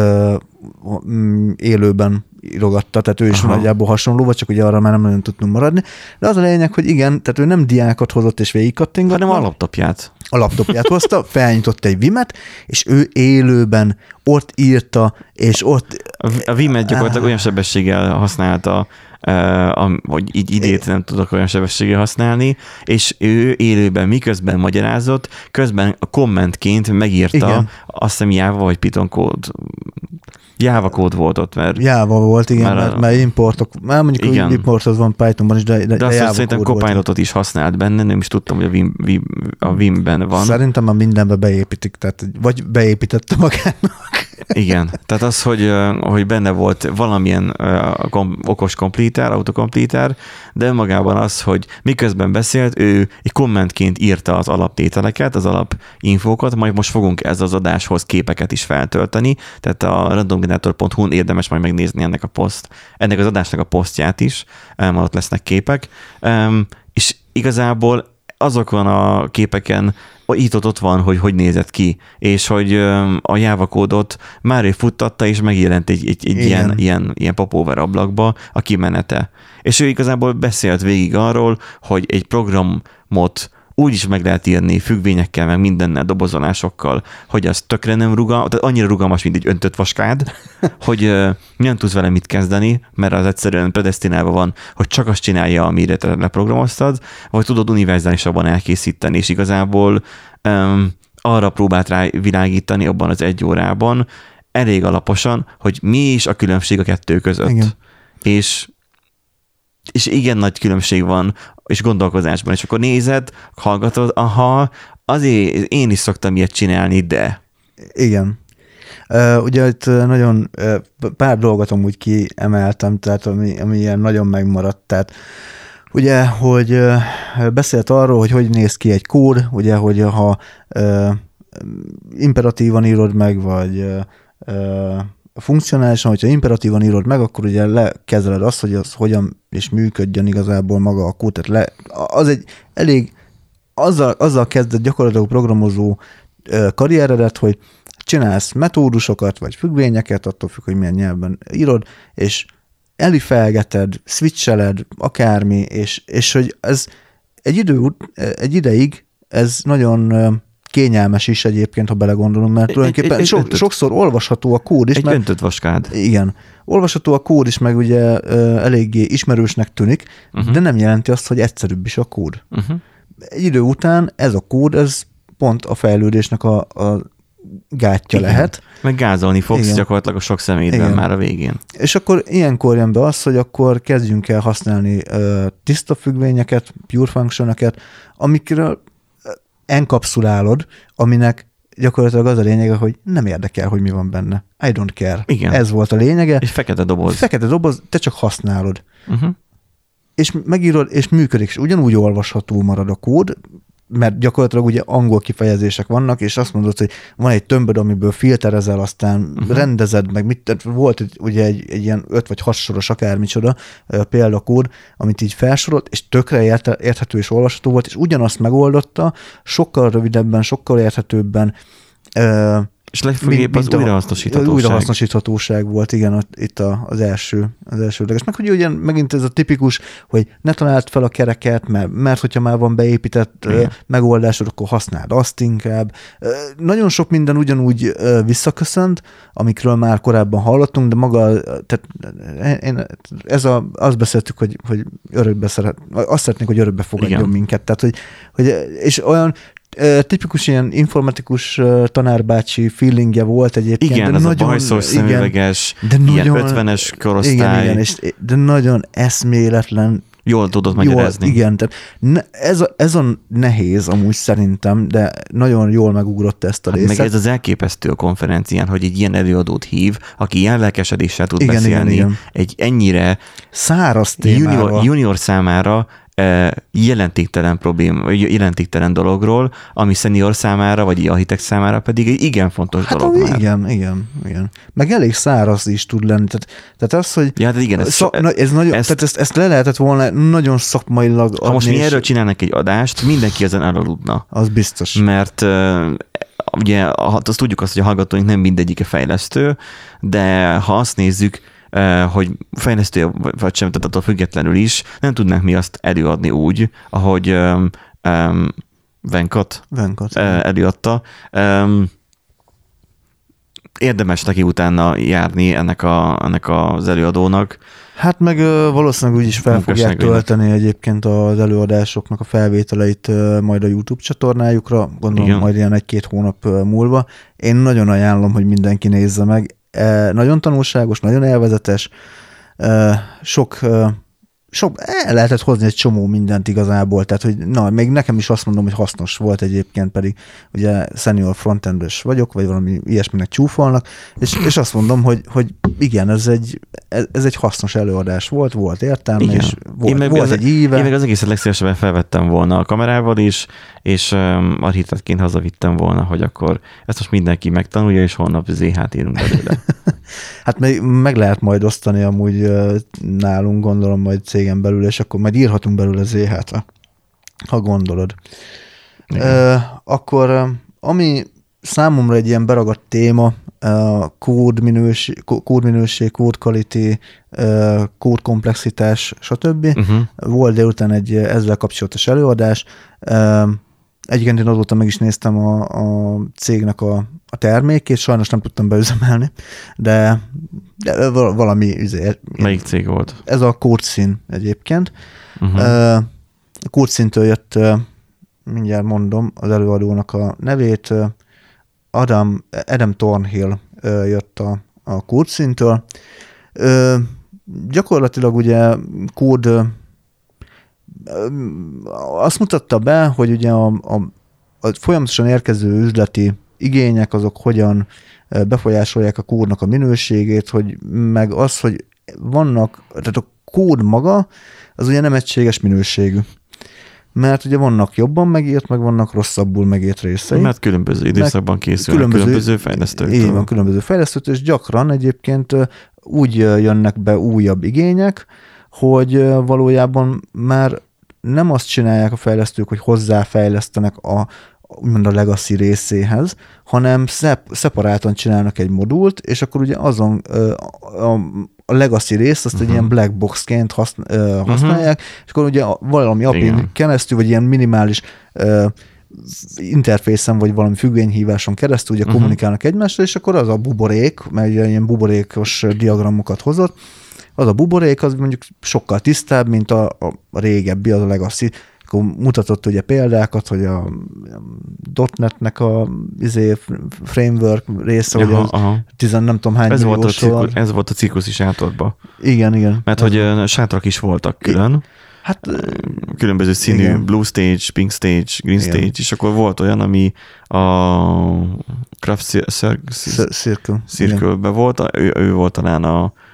A: élőben írogatta, tehát ő is nagyjából hasonló volt, csak ugye arra már nem nagyon tudtunk maradni. De az a lényeg, hogy igen, tehát ő nem diákat hozott és végigkattingatott,
C: hanem a laptopját.
A: A laptopját hozta, felnyitott egy Vimet, és ő élőben ott írta, és ott...
C: A Vimet gyakorlatilag olyan sebességgel használta, hogy így idét nem tudok olyan sebességgel használni, és ő élőben miközben magyarázott, közben a kommentként megírta, igen. Azt hiszem Java vagy Python kód. Java kód volt ott, mert...
A: Java volt, igen, mert importok, már mondjuk igen. Importod van Pythonban is, de
C: azt
A: Java
C: szerintem Copilotot is használt benne, nem is tudtam, hogy a Vimben van.
A: Szerintem már mindenbe beépítik, tehát vagy beépítette magának.
C: Igen, tehát az, hogy benne volt valamilyen okos kompléter, autokompléter, de önmagában az, hogy miközben beszélt, ő egy kommentként írta az alaptételeket, az alapinfókat, majd most fogunk ez az adáshoz képeket is feltölteni, tehát a randomgenerator.hu-n érdemes majd megnézni ennek az adásnak a posztját is, majd ott lesznek képek, és igazából azokon a képeken itt ott van, hogy nézett ki, és hogy a Java kódot már ő futtatta, és megjelent egy ilyen popover ablakba a kimenete. És ő igazából beszélt végig arról, hogy egy programot úgy is meg lehet írni függvényekkel, meg mindennel, dobozolásokkal, hogy az tökre nem tehát annyira rugalmas, mint egy öntött vaskád, hogy nem tudsz vele mit kezdeni, mert az egyszerűen predesztinálva van, hogy csak azt csinálja, amire te leprogramoztad, vagy tudod univerzálisabban elkészíteni, és igazából arra próbált rá világítani abban az 1 órában, elég alaposan, hogy mi is a különbség a kettő között. Igen. És igen nagy különbség van, és gondolkozásban, és akkor nézed, hallgatod, azért én is szoktam ilyet csinálni, de...
A: Igen. Ugye itt nagyon pár dolgot amúgy kiemeltem, tehát ami ilyen nagyon megmaradt, tehát ugye, hogy beszélt arról, hogy néz ki egy kód, ugye, hogy ha imperatívan írod meg, vagy funkcionálisan, hogyha imperatívan írod meg, akkor ugye lekezeled azt, hogy az hogyan is működjön igazából maga a kód. Tehát az egy elég, azzal kezdett gyakorlatilag programozó karrieredet, hogy csinálsz metódusokat, vagy függvényeket, attól függ, hogy milyen nyelvben írod, és elifelgeted, switcheled, akármi, és hogy ez egy ideig ez nagyon kényelmes is egyébként, ha belegondolom, mert tulajdonképpen sokszor olvasható a kód is.
C: Egy öntött vaskád.
A: Igen. Olvasható a kód is, meg ugye eléggé ismerősnek tűnik, de nem jelenti azt, hogy egyszerűbb is a kód. Egy idő után ez a kód, ez pont a fejlődésnek a gátja lehet.
C: Meg gázolni fogsz gyakorlatilag a sok szemétben már a végén.
A: És akkor ilyenkor jön be az, hogy akkor kezdjünk el használni tiszta függvényeket, pure functionokat, amikről enkapszulálod, aminek gyakorlatilag az a lényege, hogy nem érdekel, hogy mi van benne. I don't care.
C: Igen.
A: Ez volt a lényege.
C: Egy fekete doboz.
A: Fekete doboz, te csak használod. És megírod, és működik, és ugyanúgy olvasható marad a kód, mert gyakorlatilag ugye angol kifejezések vannak, és azt mondod, hogy van egy tömböd, amiből filterezel, aztán rendezed meg, volt ugye egy ilyen 5 vagy 6 soros akármicsoda példakód, amit így felsorolt, és tökre érthető és olvasható volt, és ugyanazt megoldotta, sokkal rövidebben, sokkal érthetőbben,
C: És legfőképp az újrahasznosíthatóság.
A: Újrahasznosíthatóság volt, igen, itt az elsődleges. Meg hogy ugye megint ez a tipikus, hogy ne találd fel a kereket, mert hogyha már van beépített megoldásod, akkor használd azt inkább. Nagyon sok minden ugyanúgy visszaköszönt, amikről már korábban hallottunk, de maga, tehát azt beszéltük, hogy örökbe azt szeretnék, hogy örökbe fogadjon minket. Tehát, hogy és olyan tipikus ilyen informatikus tanárbácsi feelingje volt egyébként.
C: Igen, ez nagyon, a bajszos szemüveges, ilyen 50-es korosztály.
A: Igen, de nagyon eszméletlen.
C: Jól tudod magyarázni.
A: Igen, tehát ez a nehéz amúgy szerintem, de nagyon jól megugrott ezt a részt.
C: Meg ez az elképesztő a konferencián, hogy egy ilyen előadót hív, aki ilyen lelkesedéssel tud beszélni, igen. Egy ennyire
A: száraz témára.
C: Junior számára jelentéktelen dologról, ami senior számára, vagy architekt számára pedig egy igen fontos dolog már.
A: Igen. Meg elég száraz is tud lenni. Tehát az, hogy ezt le lehetett volna nagyon szakmailag adni.
C: Ha most mi erről csinálnak egy adást, mindenki ezen elaludna.
A: Az biztos.
C: Mert ugye azt tudjuk hogy a hallgatóink nem mindegyike fejlesztő, de ha azt nézzük, hogy fejlesztő vagy sem, tehát attól függetlenül is, nem tudnánk mi azt előadni úgy, ahogy Venkat előadta. Érdemes neki utána járni ennek az előadónak.
A: Hát meg valószínűleg úgy is fel fogják tölteni egyébként az előadásoknak a felvételeit majd a YouTube csatornájukra, gondolom igen. Majd ilyen 1-2 hónap múlva. Én nagyon ajánlom, hogy mindenki nézze meg. Nagyon tanulságos, nagyon élvezetes, sok el lehetett hozni egy csomó mindent igazából, tehát hogy még nekem is azt mondom, hogy hasznos volt egyébként, pedig ugye senior frontendes vagyok, vagy valami ilyesminek csúfolnak, és azt mondom, hogy igen, ez egy hasznos előadás volt értelme, igen. És volt egy íve.
C: Én meg az egészet legszívesebben felvettem volna a kamerával is, és architektként hazavittem volna, hogy akkor ezt most mindenki megtanulja, és holnap ZH-t írunk belőle.
A: Hát meg lehet majd osztani amúgy nálunk, gondolom majd cégen belül, és akkor majd írhatunk belőle ZH-t, ha gondolod. Akkor ami számomra egy ilyen beragadt téma, kódminőség, kód quality, kódkomplexitás, stb. Volt délután egy ezzel kapcsolatos előadás. Egyébként én azóta meg is néztem a cégnek a termékét, sajnos nem tudtam beüzemelni, de valami üzé.
C: Melyik cég volt?
A: Ez a CodeSyn egyébként. A CodeSyntől jött, mindjárt mondom az előadónak a nevét, Adam Thornhill jött a CodeSyntől. Gyakorlatilag ugye azt mutatta be, hogy ugye a folyamatosan érkező üzleti igények, azok hogyan befolyásolják a kódnak a minőségét, hogy meg az, hogy vannak, tehát a kód maga, az ugye nem egységes minőségű. Mert ugye vannak jobban megírt, meg vannak rosszabbul megírt részei.
C: Mert különböző időszakban készülnek különböző fejlesztőktől.
A: Így van, különböző fejlesztőktől, és gyakran egyébként úgy jönnek be újabb igények, hogy valójában már nem azt csinálják a fejlesztők, hogy hozzáfejlesztenek úgymond a legacy részéhez, hanem szeparáltan csinálnak egy modult, és akkor ugye azon a legacy részt azt egy ilyen black boxként használják, és akkor ugye valami API-n keresztül, vagy ilyen minimális interfészen, vagy valami függvényhíváson keresztül ugye kommunikálnak egymással, és akkor az a buborék, mert ilyen buborékos diagramokat hozott, az a buborék, az mondjuk sokkal tisztább, mint a régebbi, az a legacy. Akkor mutatott ugye példákat, hogy a .NET-nek a framework része, hogy az nem tudom hány milliósor.
C: Ez volt a cirkuszi sátorban.
A: Igen.
C: Mert hogy sátrak is voltak külön.
A: Hát,
C: különböző színű, igen. Blue stage, pink stage, green stage, és akkor volt olyan, ami a Craft Circle-ben volt, ő volt talán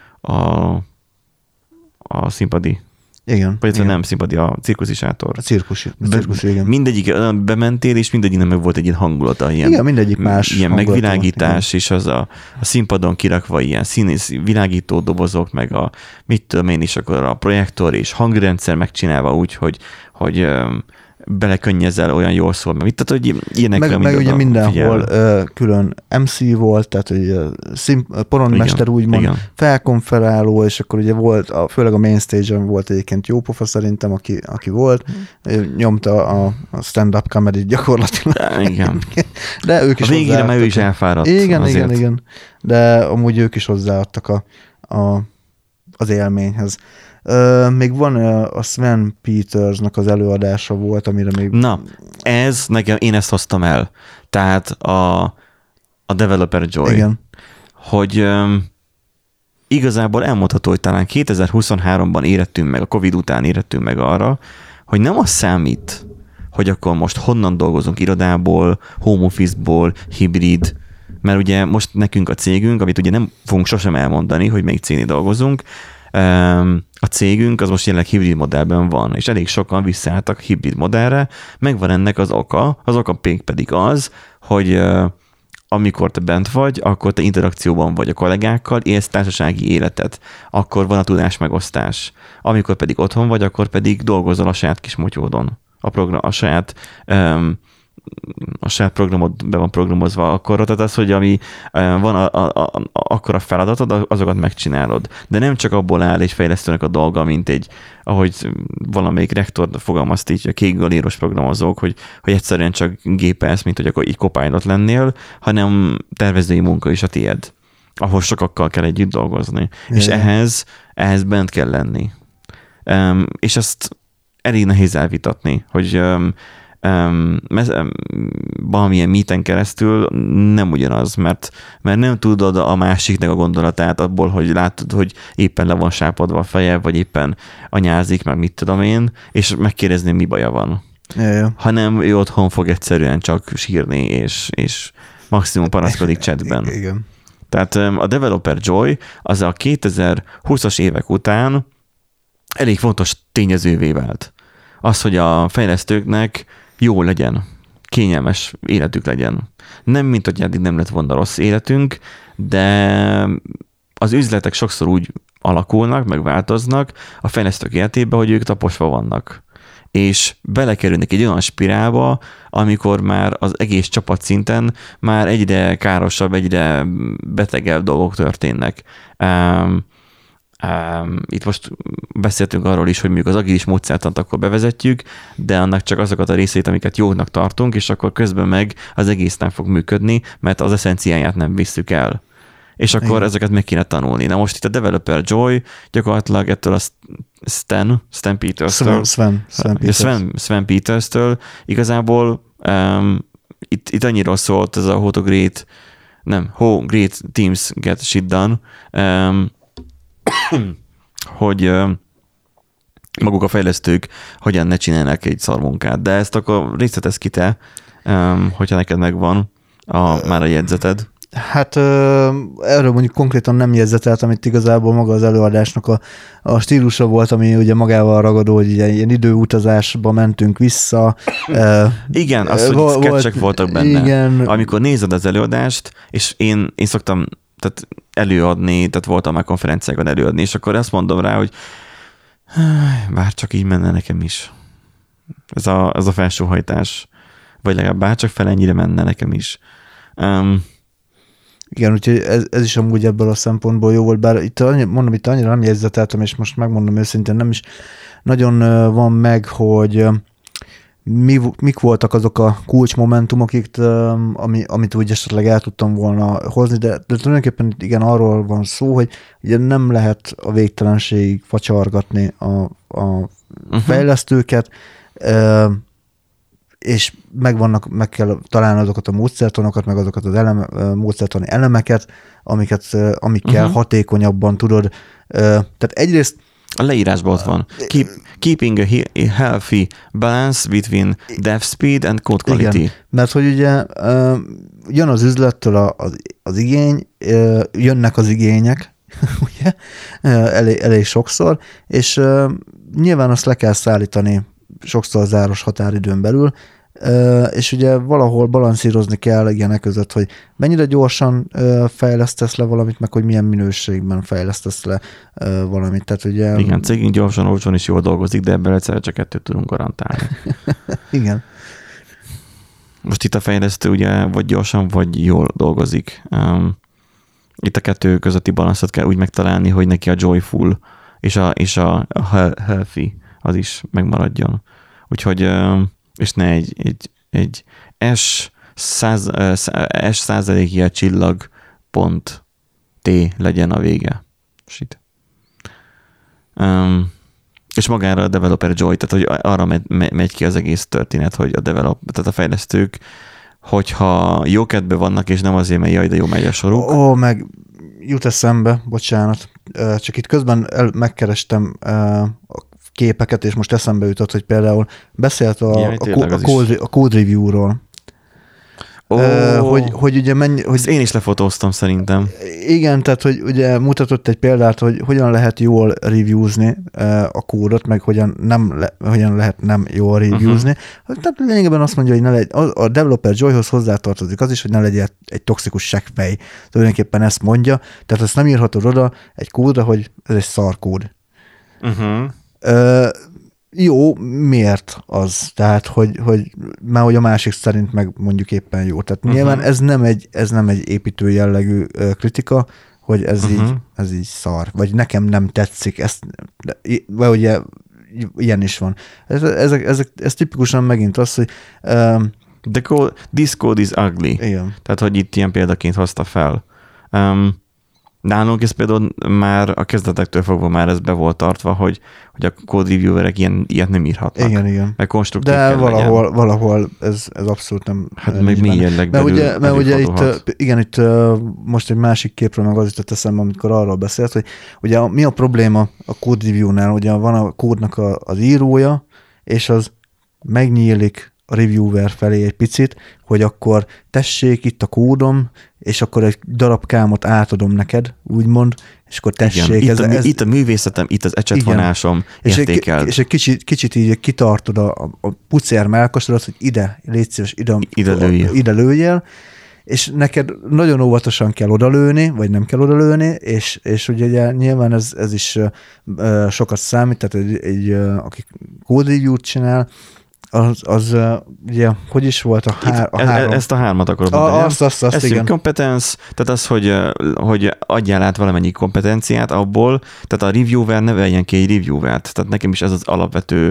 C: a színpadi.
A: Igen.
C: Vagy nem színpadi, a cirkuszi sátor.
A: A cirkuszi, igen.
C: Mindegyik bementél, és mindegyiknek meg volt egy ilyen hangulata.
A: Igen, mindegyik más.
C: Ilyen megvilágítás, igen. És az a színpadon kirakva ilyen színész világító dobozok, meg a mit tudom én is, akkor a projektor és hangrendszer megcsinálva úgy, hogy belekönnyezzel, olyan jól szól, mert mit, tehát, hogy ilyenekre
A: meg ugye mindenhol külön MC volt, tehát hogy poronmester úgymond felkonferáló, és akkor ugye volt, főleg a main stage-on volt egyébként jó pofa szerintem, aki volt, nyomta a stand-up comedy gyakorlatilag.
C: Igen.
A: De ők is
C: a végére már ő is elfáradt.
A: Igen. De amúgy ők is hozzáadtak az élményhez. Még van a Sven Petersnak az előadása volt, amire még...
C: Na, én ezt hoztam el. Tehát a Developer Joy.
A: Igen.
C: Hogy igazából elmondható, hogy talán 2023-ban érettünk meg, a Covid után érettünk meg arra, hogy nem az számít, hogy akkor most honnan dolgozunk, irodából, home office-ból, hibrid, mert ugye most nekünk a cégünk, amit ugye nem fogunk sosem elmondani, hogy melyik cégnél dolgozunk, a cégünk az most jelenleg hibrid modellben van, és elég sokan visszaálltak hibrid modellre, megvan ennek az oka pedig az, hogy amikor te bent vagy, akkor te interakcióban vagy a kollégákkal, élsz társasági életet, akkor van a tudásmegosztás. Amikor pedig otthon vagy, akkor pedig dolgozol a saját kis motyódon. A saját programod be van programozva akkor, tehát az, hogy ami van akkor a feladatod, azokat megcsinálod. De nem csak abból áll egy fejlesztőnek a dolga, mint ahogy valamelyik rektor fogalmazt így a kékgalíros programozók, hogy egyszerűen csak gépelsz, mint hogy akkor így Copilot lennél, hanem tervezői munka is a tiéd, ahol sokakkal kell együtt dolgozni. És ehhez bent kell lenni. És ezt elég nehéz elvitatni, hogy valamilyen meeten keresztül nem ugyanaz, mert nem tudod a másiknak a gondolatát abból, hogy látod, hogy éppen le van sápadva a feje, vagy éppen anyázik, meg mit tudom én, és megkérdezni, mi baja van. Hanem ő otthon fog egyszerűen csak sírni, és maximum panaszkodik chatben.
A: Igen.
C: Tehát a Developer Joy az a 2020-as évek után elég fontos tényezővé vált. Az, hogy a fejlesztőknek jó legyen, kényelmes életük legyen. Nem, mint hogy eddig nem lett volna rossz életünk, de az üzletek sokszor úgy alakulnak, meg változnak a fejlesztők életében, hogy ők taposva vannak. És belekerülnek egy olyan spirálba, amikor már az egész csapatszinten már egyre károsabb, egyre betegebb dolgok történnek. Itt most beszéltünk arról is, hogy mondjuk az agilis módszertant akkor bevezetjük, de annak csak azokat a részét, amiket jónak tartunk, és akkor közben meg az egész nem fog működni, mert az eszenciáját nem visszük el. És akkor ezeket meg kéne tanulni. Na most itt a Developer Joy gyakorlatilag ettől a Sven Peters-től, Sven Peters-től igazából itt annyiról szólt ez a how great teams get shit done, hogy maguk a fejlesztők hogyan ne csinálnak egy szarmunkát. De ezt akkor részletez ki te, hogyha neked megvan már a jegyzeted.
A: Hát erről mondjuk konkrétan nem jegyzeteltem, itt igazából maga az előadásnak a stílusa volt, ami ugye magával ragadó, hogy ilyen időutazásba mentünk vissza.
C: Igen, az, hogy sketchek voltak benne. Igen. Amikor nézed az előadást, és én szoktam előadni, tehát voltam már konferenciákon előadni, és akkor azt mondom rá, hogy bár csak így menne nekem is. Ez a felsőhajtás. Vagy legalább bár csak fel ennyire menne nekem is.
A: Igen, úgyhogy ez is amúgy ebből a szempontból jó volt, bár itt annyira nem jegyzeteltem, és most megmondom őszintén, nem is nagyon van meg, hogy mik voltak azok a kulcsmomentumok, amit úgy esetleg el tudtam volna hozni, de tulajdonképpen igen, arról van szó, hogy ugye nem lehet a végtelenségig facsargatni a fejlesztőket, és meg kell találni azokat a módszertanokat, meg azokat az módszertani elemeket, amikkel hatékonyabban tudod. Tehát egyrészt
C: a leírásban ott van. Keeping a healthy balance between dev speed and code quality.
A: Igen, mert hogy ugye jön az üzlettől az igény, jönnek az igények, ugye, elég sokszor, és nyilván azt le kell szállítani sokszor záros határidőn belül, és ugye valahol balanszírozni kell ilyenek között, hogy mennyire gyorsan fejlesztesz le valamit, meg hogy milyen minőségben fejlesztesz le valamit. Tehát ugye...
C: Igen, cégünk gyorsan, olcsón is jól dolgozik, de ebből egyszerre csak 2 tudunk garantálni.
A: Igen.
C: Most itt a fejlesztő ugye vagy gyorsan, vagy jól dolgozik. Itt a 2 közötti balanszot kell úgy megtalálni, hogy neki a joyful és a healthy az is megmaradjon. Úgyhogy és ne egy S százalékja csillag pont T legyen a vége. Shit. És magára a developer joy, tehát hogy arra megy ki az egész történet, hogy tehát a fejlesztők, hogyha jó kedvben vannak, és nem azért, mert jaj, de jó megy a soruk.
A: Meg jut eszembe, bocsánat, csak itt közben megkerestem a képeket, és most eszembe jutott, hogy például beszélt a code review-ról. Hogy ugye mennyi... Hogy,
C: ezt én is lefotóztam szerintem.
A: Igen, tehát hogy ugye mutatott egy példát, hogy hogyan lehet jól reviewzni a kódot, meg hogyan lehet nem jól reviewzni. Tehát lényegében azt mondja, hogy ne legy, a developer joyhoz hozzátartozik az is, hogy ne legyen egy toxikus seggfej. Tulajdonképpen ezt mondja, tehát ezt nem írhatod oda egy kódra, hogy ez egy szar kód. Jó, miért az? Tehát, hogy már hogy a másik szerint meg mondjuk éppen jó. Tehát nyilván ez nem egy építő jellegű kritika, hogy ez így szar, vagy nekem nem tetszik, vagy ugye ilyen is van. Ez tipikusan megint az, hogy
C: this code is ugly.
A: Igen.
C: Tehát, hogy itt ilyen példaként hozta fel. Nálunk ez például már a kezdetektől fogva már ez be volt tartva, hogy a code reviewerek ilyet nem írhatnak.
A: Igen.
C: Meg konstruktív
A: de
C: kell
A: valahol ez abszolút nem.
C: Hát meg mi jellegbelül
A: mert ugye itt most egy másik képről meg az jutott eszembe, amikor arról beszélt, hogy ugye mi a probléma a code review-nál, ugye van a kódnak az írója, és az megnyílik a reviewer felé egy picit, hogy akkor tessék, itt a kódom, és akkor egy darabkámot átadom neked, úgymond, és akkor tessék.
C: Igen, itt a művészetem, itt az ecsetvonásom, értékeld.
A: És egy kicsit így kitartod a pucér mellkasodat, hogy légy szíves, ide lőjél, és neked nagyon óvatosan kell odalőni, vagy nem kell odalőni, és ugye nyilván ez is sokat számít, tehát aki code review-t csinál, az ugye, hogy is volt a három?
C: Ezt a 3 akarod mondani.
A: Azt igen.
C: Kompetens, tehát az, hogy adjál át valamennyi kompetenciát abból, tehát a reviewer ne vegyen ki egy reviewert. Tehát nekem is ez az alapvető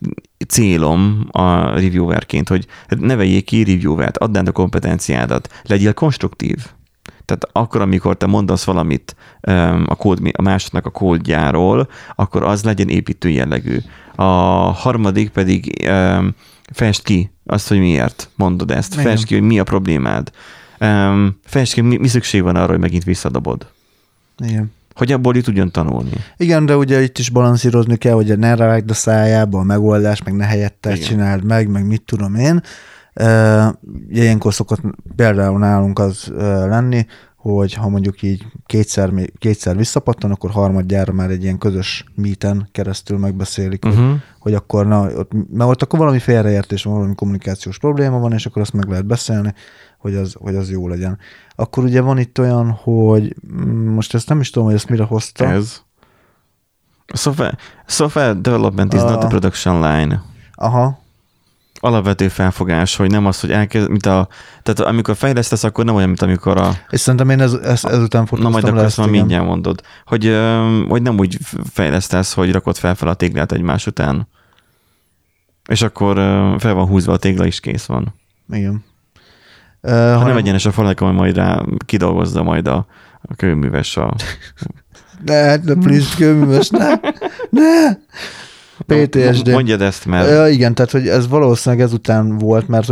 C: célom a reviewerként, hogy ne vegyék ki reviewert, add át a kompetenciádat, legyél konstruktív. Tehát akkor, amikor te mondasz valamit a másodnak a kódjáról, akkor az legyen építő jellegű. A harmadik pedig fejtsd ki azt, hogy miért mondod ezt. Fejtsd ki, hogy mi a problémád. Fejtsd ki, mi szükség van arra, hogy megint visszadobod.
A: Igen.
C: Hogy abból így tudjon tanulni.
A: Igen, de ugye itt is balanszírozni kell, hogy ne rágd a szájába a megoldást, meg ne helyette csináld meg mit tudom én. Ilyenkor szokott például nálunk az lenni, hogy ha mondjuk így kétszer visszapattan, akkor harmadjára már egy ilyen közös meeten keresztül megbeszélik, hogy akkor ott akkor valami félreértés van, valami kommunikációs probléma van, és akkor azt meg lehet beszélni, hogy az jó legyen. Akkor ugye van itt olyan, hogy most ezt nem is tudom, hogy ezt mire hozta.
C: Ez? Software development is not a production line.
A: Aha.
C: Alapvető felfogás, hogy nem az, hogy elkezd, tehát amikor fejlesztesz, akkor nem olyan, mint amikor
A: És szerintem én ezután fotóztam.
C: Na majd akkor ezt már mindjárt mondod. Hogy nem úgy fejlesztesz, hogy rakod fel a téglát egymás után. És akkor fel van húzva a tégla, és kész van.
A: Igen.
C: Nem egyenes a falak, ami majd rá kidolgozza majd a kőműves
A: Ne, please, kőműves, ne! PTSD.
C: Mondjad ezt, mert...
A: Igen, tehát hogy ez valószínűleg ezután volt, mert hogy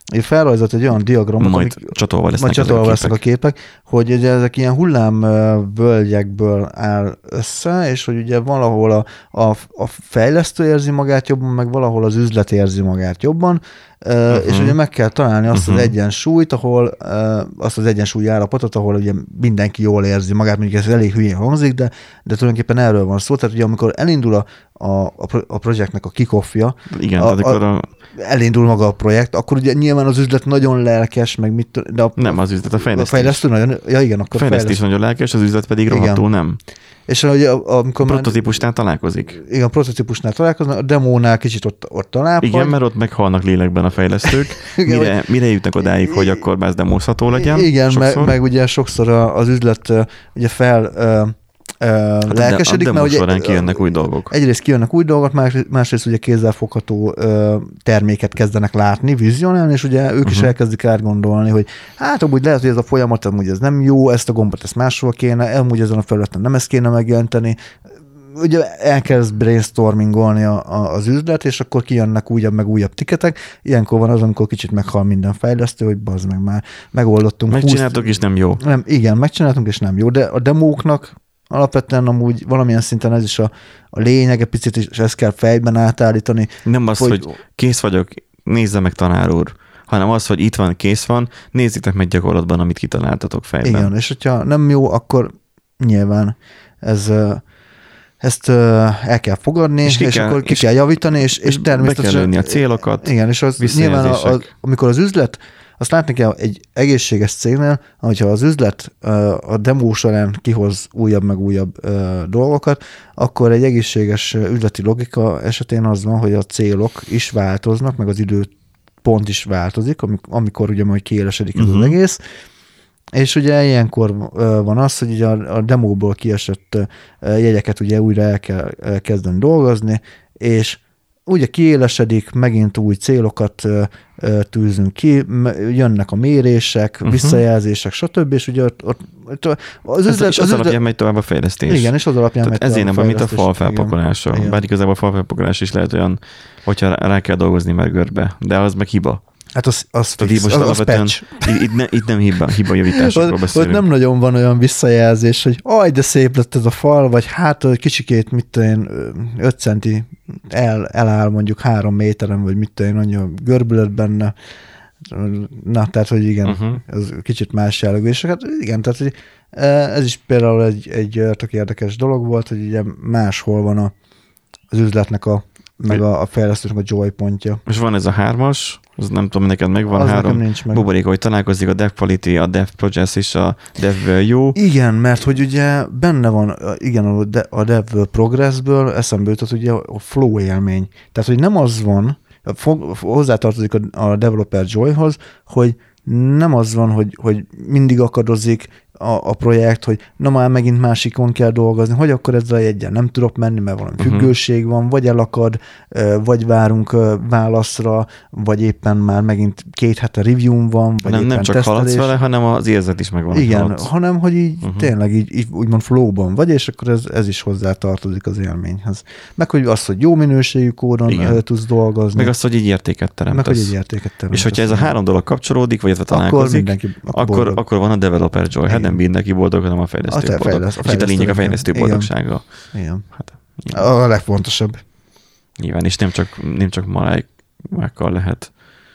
A: felrajzolt egy olyan diagramot,
C: Majd csatolva lesznek
A: a képek, hogy ugye ezek ilyen hullámvölgyekből áll össze, és hogy ugye valahol a fejlesztő érzi magát jobban, meg valahol az üzlet érzi magát jobban, és ugye meg kell találni azt az egyensúlyt, ahol azt az egyensúlyi állapotot, ahol ugye mindenki jól érzi magát, mondjuk ez elég hülyén hangzik, de tulajdonképpen erről van szó. Tehát ugye amikor elindul a projektnek a kick-offja, elindul maga a projekt, akkor ugye nyilván az üzlet nagyon lelkes, meg mit... De
C: nem az üzlet, a fejlesztés.
A: A fejlesztő nagyon... Ja igen, akkor
C: fejlesztés nagyon lelkes, az üzlet pedig rohadtul nem.
A: És ugye, amikor
C: prototípusnál találkozik.
A: Igen, a prototípusnál találkoznak, a demónál kicsit ott találkozik.
C: Igen, mert ott meghalnak lélekben a fejlesztők. Mire jutnak odáig, hogy akkor már ez demózható legyen?
A: Igen, meg ugye sokszor az üzlet ugye lelkesedik,
C: mert ugye során kijönnek új dolgok.
A: Egyrészt kijönnek új dolgok, másrészt ugye kézzelfogható terméket kezdenek látni, vizionálni, és ugye ők is elkezdik átgondolni, hogy hát amúgy lehet, hogy ez a folyamat, amúgy ez nem jó, ezt a gombot ezt máshol kéne, amúgy ezen a felületen nem ezt kéne megjelenteni. Ugye elkezd brainstormingolni az üzlet, és akkor kijönnek újabb meg újabb tiketek. Ilyenkor van az, amikor kicsit meghal minden fejlesztő, hogy bazd meg már megoldottunk.
C: Megcsináltuk, és nem jó.
A: Nem, igen, megcsináltunk, és nem jó, de a demóknak alapvetően amúgy valamilyen szinten ez is a lényeg, egy picit is ezt kell fejben átállítani.
C: Nem az, hogy kész vagyok, nézze meg tanár úr, hanem az, hogy itt van, kész van, nézzétek meg gyakorlatban, amit kitaláltatok fejben.
A: Igen, és hogyha nem jó, akkor nyilván ezt el kell fogadni, és akkor ki kell javítani, és természetesen...
C: Be kell lőni a célokat,
A: igen, és az nyilván amikor az üzlet, azt látni kell egy egészséges cégnél, hogyha az üzlet a demó során kihoz újabb meg újabb dolgokat, akkor egy egészséges üzleti logika esetén az van, hogy a célok is változnak, meg az időpont is változik, amikor ugye majd kiélesedik ez az egész. És ugye ilyenkor van az, hogy ugye a demóból kiesett jegyeket ugye újra el kell kezdeni dolgozni, és ugye kiélesedik, megint új célokat tűzünk ki, jönnek a mérések, visszajelzések, stb. És ugye ott az üzlet...
C: Az alapján megy tovább a fejlesztés.
A: Igen, és az alapján megy tovább
C: a fejlesztés. Mint a fal felpakolása. Bár igazából a fal felpakolás is lehet olyan, hogyha rá kell dolgozni már görbe, de az meg hiba.
A: Hát az patch.
C: Itt nem hiba javításokról beszélünk.
A: Ott nem nagyon van olyan visszajelzés, hogy de szép lett ez a fal, vagy hát kicsikét, 5 centi eláll mondjuk 3 méteren, vagy annyi görbület benne. Na, tehát, hogy igen, ez kicsit más jellegű. És hát igen, tehát, hogy ez is például egy tök érdekes dolog volt, hogy ugye máshol van az üzletnek meg a fejlesztőnek a joypontja.
C: És van ez a 3-as, az nem tudom, neked megvan, 3 buborék, hogy találkozik a Dev Quality, a Dev Progress és a Dev Value.
A: Igen, mert hogy ugye benne van, igen, a Dev Progressből eszembe jutott ugye a flow élmény. Tehát, hogy nem az van, hozzátartozik a Developer Joyhoz, hogy nem az van, hogy mindig akadozik a projekt, hogy na már megint másikon kell dolgozni, hogy akkor ezzel a jegyen nem tudok menni, mert valami függőség van, vagy elakad, vagy várunk válaszra, vagy éppen már megint 2 hete review-n van, vagy éppen
C: nem csak haladsz vele, hanem az érzet is megvan.
A: Igen, hanem hogy így tényleg így úgymond flow-ban vagy, és akkor ez is hozzá tartozik az élményhez. Meg hogy az, hogy jó minőségű kódon tudsz dolgozni.
C: Meg az, hogy így értéket teremtesz. És hogyha ez a 3 dolog kapcsolódik, vagy találkozik, akkor van a Developer Joy. Hát nem mindenki boldog, hanem a fejlesztő boldog. És itt a lényeg a fejlesztő boldogsága.
A: Igen. Hát, a legfontosabb.
C: Nyilván, és nem csak malájvákkal lehet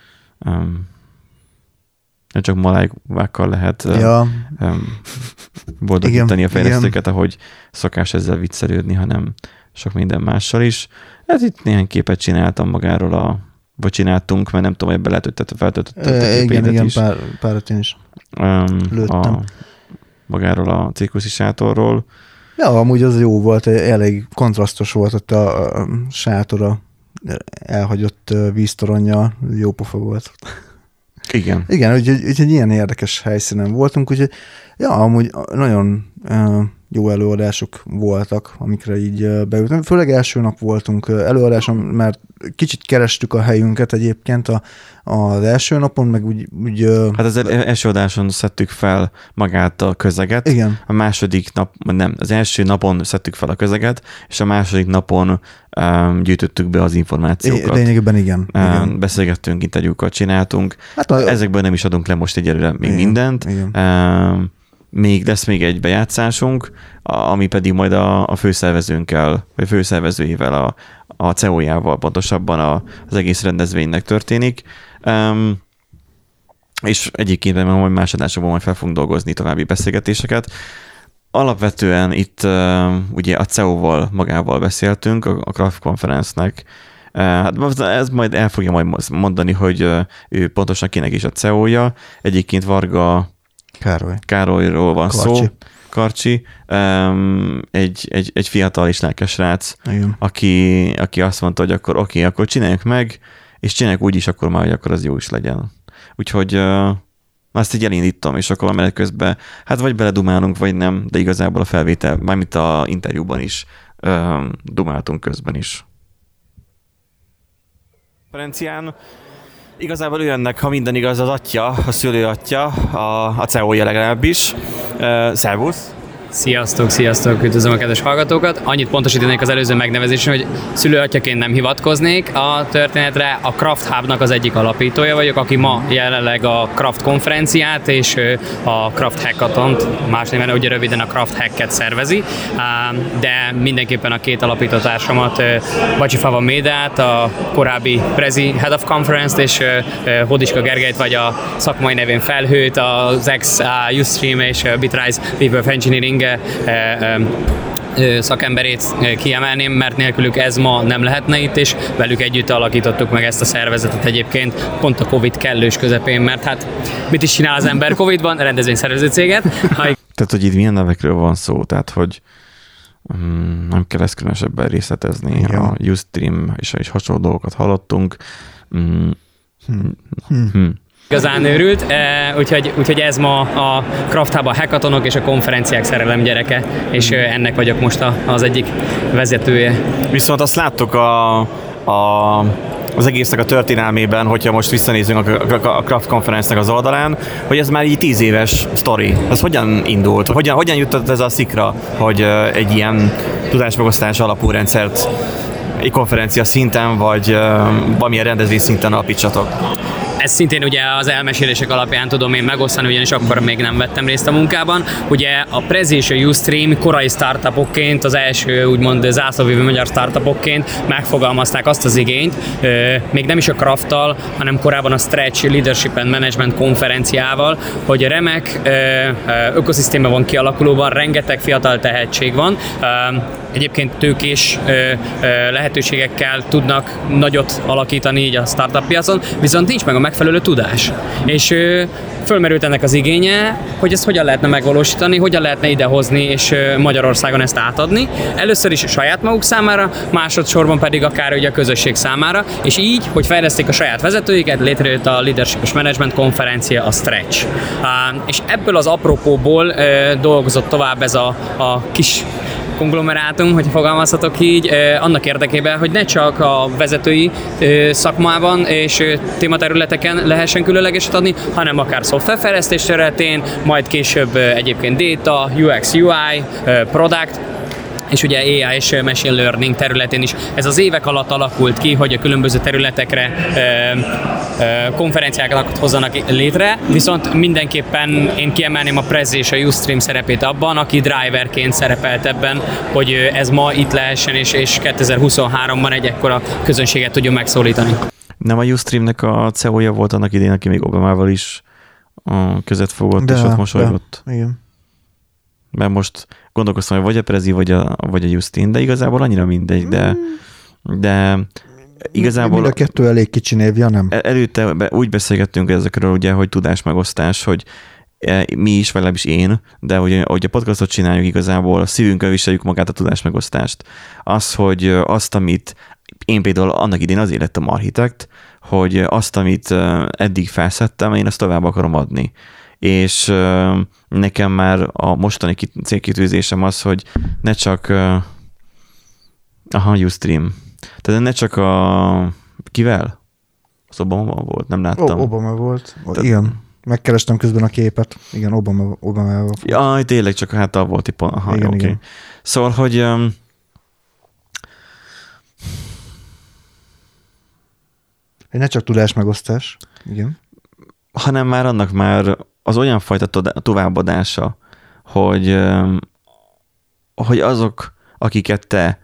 C: boldogítani a fejlesztőket, ahogy szokás ezzel viccelődni, hanem sok minden mással is. Ez itt néhány képet csináltam magáról vagy csináltunk, mert nem tudom, hogy ebbe lehet, hogy feltöltöttem a képeidet is.
A: Igen, párat én is lőttem.
C: Magáról a cirkuszi sátorról.
A: Ja, amúgy az jó volt, elég kontrasztos volt ott a sátora elhagyott víztoronnyal, jó pofa volt.
C: Igen.
A: Igen, úgyhogy ilyen érdekes helyszínen voltunk, úgyhogy amúgy nagyon jó előadások voltak, amikre így beültem. Főleg első nap voltunk előadáson, mert kicsit kerestük a helyünket egyébként az első napon, meg úgy
C: Hát az első adáson szedtük fel magát a közeget.
A: Igen.
C: A második nap, nem, az első napon szedtük fel a közeget, és a második napon gyűjtöttük be az információkat.
A: Lényegében igen.
C: Beszélgettünk, interjúkat csináltunk.
A: Hát
C: ezekből nem is adunk le most egyelőre még mindent.
A: Igen.
C: Még lesz még egy bejátszásunk, ami pedig majd a főszervezőnkkel, vagy főszervezőjével, a CEO-jával pontosabban az egész rendezvénynek történik. És egyébként majd más adásokban majd fel fogunk dolgozni további beszélgetéseket. Alapvetően itt ugye a CEO-val magával beszéltünk, a Craft Conference-nek. Hát ez majd el fogja majd mondani, hogy ő pontosan kinek is a CEO-ja. Egyébként Varga Károlyról van szó. Karcsi. Egy fiatal és lelkes srác, aki azt mondta, hogy akkor oké, akkor csináljuk meg, és csináljuk úgy is, akkor már, hogy akkor az jó is legyen. Úgyhogy azt így elindítom, és akkor menet közben, hát vagy beledumálunk, vagy nem, de igazából a felvétel, mármint a interjúban is dumáltunk közben is. Konferencián igazából jönnek, ha minden igaz, az atya, a szülő atya, a CEO-ja legalábbis. Szervusz!
G: Sziasztok, üdvözlöm a kedves hallgatókat. Annyit pontosítanék az előző megnevezésen, hogy szülőatyaként nem hivatkoznék a történetre. A Craft Hub-nak az egyik alapítója vagyok, aki ma jelenleg a Craft konferenciát és a Craft Hackathont, más néven ugye röviden a Craft Hacket szervezi, de mindenképpen a két alapító társamat, Bacsi Fava Médát, a korábbi Prezi Head of Conference-t, és Hodiska Gergelyt, vagy a szakmai nevén Felhőt, az ex-Ustream és Bitrise Level of Engineering szakemberét kiemelném, mert nélkülük ez ma nem lehetne itt, és velük együtt alakítottuk meg ezt a szervezetet egyébként pont a Covid kellős közepén, mert hát mit is csinál az ember Covidban? Rendezvényszervező céget.
C: Tehát, hogy itt milyen nevekről van szó, tehát, hogy nem kell ezt különösebben részletezni. Igen. A Ustream és hasonló dolgokat hallottunk.
G: Igazán őrült, úgyhogy ez ma a Craft Hub, a hackathonok és a konferenciák szerelem gyereke, és ennek vagyok most az egyik vezetője.
C: Viszont azt láttuk az egésznek a történelmében, hogyha most visszanézünk a Craft Conference-nek az oldalán, hogy ez már így 10 éves sztori. Ez hogyan indult? Hogyan jutott ez a szikra, hogy egy ilyen tudásmegosztás alapú rendszert egy konferencia szinten, vagy valamilyen rendezvény szinten alapítsatok?
G: Ez szintén ugye az elmesélések alapján tudom én megosztani, ugyanis akkor még nem vettem részt a munkában. Ugye a Prezi és a Ustream korai startupokként, az első úgymond zászlóvivő magyar startupokként megfogalmazták azt az igényt, még nem is a Craft-tal, hanem korábban a Stretch Leadership and Management konferenciával, hogy remek ökoszisztéma van kialakulóban, rengeteg fiatal tehetség van, egyébként tőkés lehetőségekkel tudnak nagyot alakítani így a startup piacon, viszont nincs meg a megfelelő tudás. És fölmerült ennek az igénye, hogy ezt hogyan lehetne megvalósítani, hogyan lehetne idehozni és Magyarországon ezt átadni. Először is saját maguk számára, másodszorban pedig akár ugye a közösség számára, és így, hogy fejleszték a saját vezetőiket, létrejött a Leadership és Management konferencia, a Stretch. És ebből az apropóból dolgozott tovább ez a kis konglomerátum, hogy fogalmazhatok így, annak érdekében, hogy ne csak a vezetői szakmában és tématerületeken lehessen különlegeset adni, hanem akár szoftverfejlesztés területén, majd később egyébként data, UX, UI, product, és ugye AI és Machine Learning területén is. Ez az évek alatt alakult ki, hogy a különböző területekre konferenciákat hozzanak létre, viszont mindenképpen én kiemelném a Prezi és a Ustream szerepét abban, aki driverként szerepelt ebben, hogy ez ma itt lehessen, és 2023-ban egy ekkora közönséget tudjon megszólítani. Nem a Ustreamnek a CEO-ja volt annak idén, aki még Obamával is között fogott, és ott mosolygott.
A: Igen.
C: Mert most gondolkoztam, hogy vagy a Prezi, vagy a Ustream, de igazából annyira mindegy, de igazából...
A: Mind a kettő elég kicsi név, ja nem?
C: Előtte úgy beszélgettünk ezekről, ugye, hogy tudásmegosztás, hogy mi is, vagy legalábbis én, de ugye, ahogy a podcastot csináljuk, igazából a szívünkkel viseljük magát a tudásmegosztást. Az, hogy azt, amit én például annak idén azért lettem architekt, hogy azt, amit eddig felszettem, én azt tovább akarom adni. És nekem már a mostani célkitűzésem az, hogy ne csak Ustream. Tehát ne csak a... Kivel? Az Obama volt, nem láttam.
A: Obama volt. Igen. Megkerestem közben a képet. Igen, Obama.
C: Jaj, tényleg, csak a hátal volt itt. Aha,
A: igen,
C: okay.
A: igen.
C: Szóval, hogy
A: ne csak tudásmegosztás. Igen.
C: hanem már annak már az olyan fajta továbbadása, hogy azok, akiket te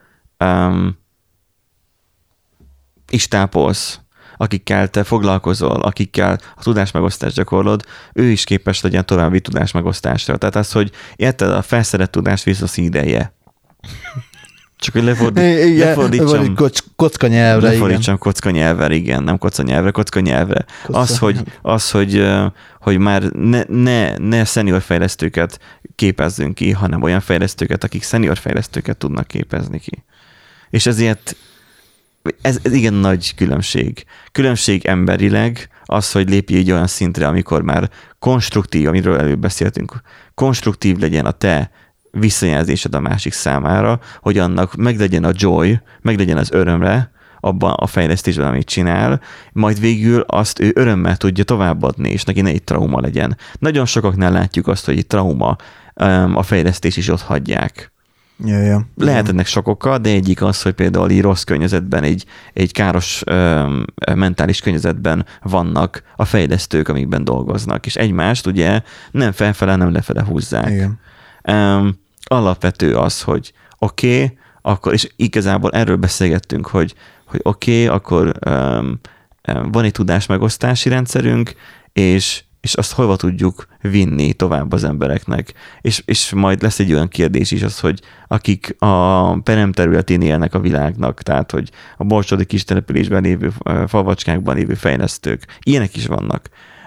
C: is tápolsz, akikkel te foglalkozol, akikkel a tudásmegosztást gyakorlod, ő is képes legyen további tudásmegosztásra. Tehát az, hogy érted, a felszedett tudás visszaszídelje. Csak hogy lefordítsam
A: kockanyelvre,
C: lefordítsam kockanyelvre, igen, nem kocanyelvre, kockanyelvre. Az, hogy már ne senior fejlesztőket képezzünk ki, hanem olyan fejlesztőket, akik senior fejlesztőket tudnak képezni ki. És ezért ez igen nagy különbség. Különbség emberileg az, hogy lépj egy olyan szintre, amikor már konstruktív, amiről előbb beszéltünk, konstruktív legyen a te visszajelzésed a másik számára, hogy annak meglegyen a joy, meglegyen az örömre abban a fejlesztésben, amit csinál, majd végül azt ő örömmel tudja továbbadni, és neki ne egy trauma legyen. Nagyon sokaknál látjuk azt, hogy egy trauma a fejlesztés is ott hagyják.
A: Ja.
C: Lehet ennek sok oka, de egyik az, hogy például így rossz környezetben, egy káros mentális környezetben vannak a fejlesztők, amikben dolgoznak, és egymást ugye nem felfele, nem lefele húzzák.
A: Igen.
C: Alapvető az, hogy oké, akkor, és igazából erről beszélgettünk, hogy oké, akkor van egy tudásmegosztási rendszerünk, és azt hova tudjuk vinni tovább az embereknek. És majd lesz egy olyan kérdés is az, hogy akik a perem területén élnek a világnak, tehát hogy a borsodi kis településben lévő falvacskákban lévő fejlesztők, ilyenek is vannak.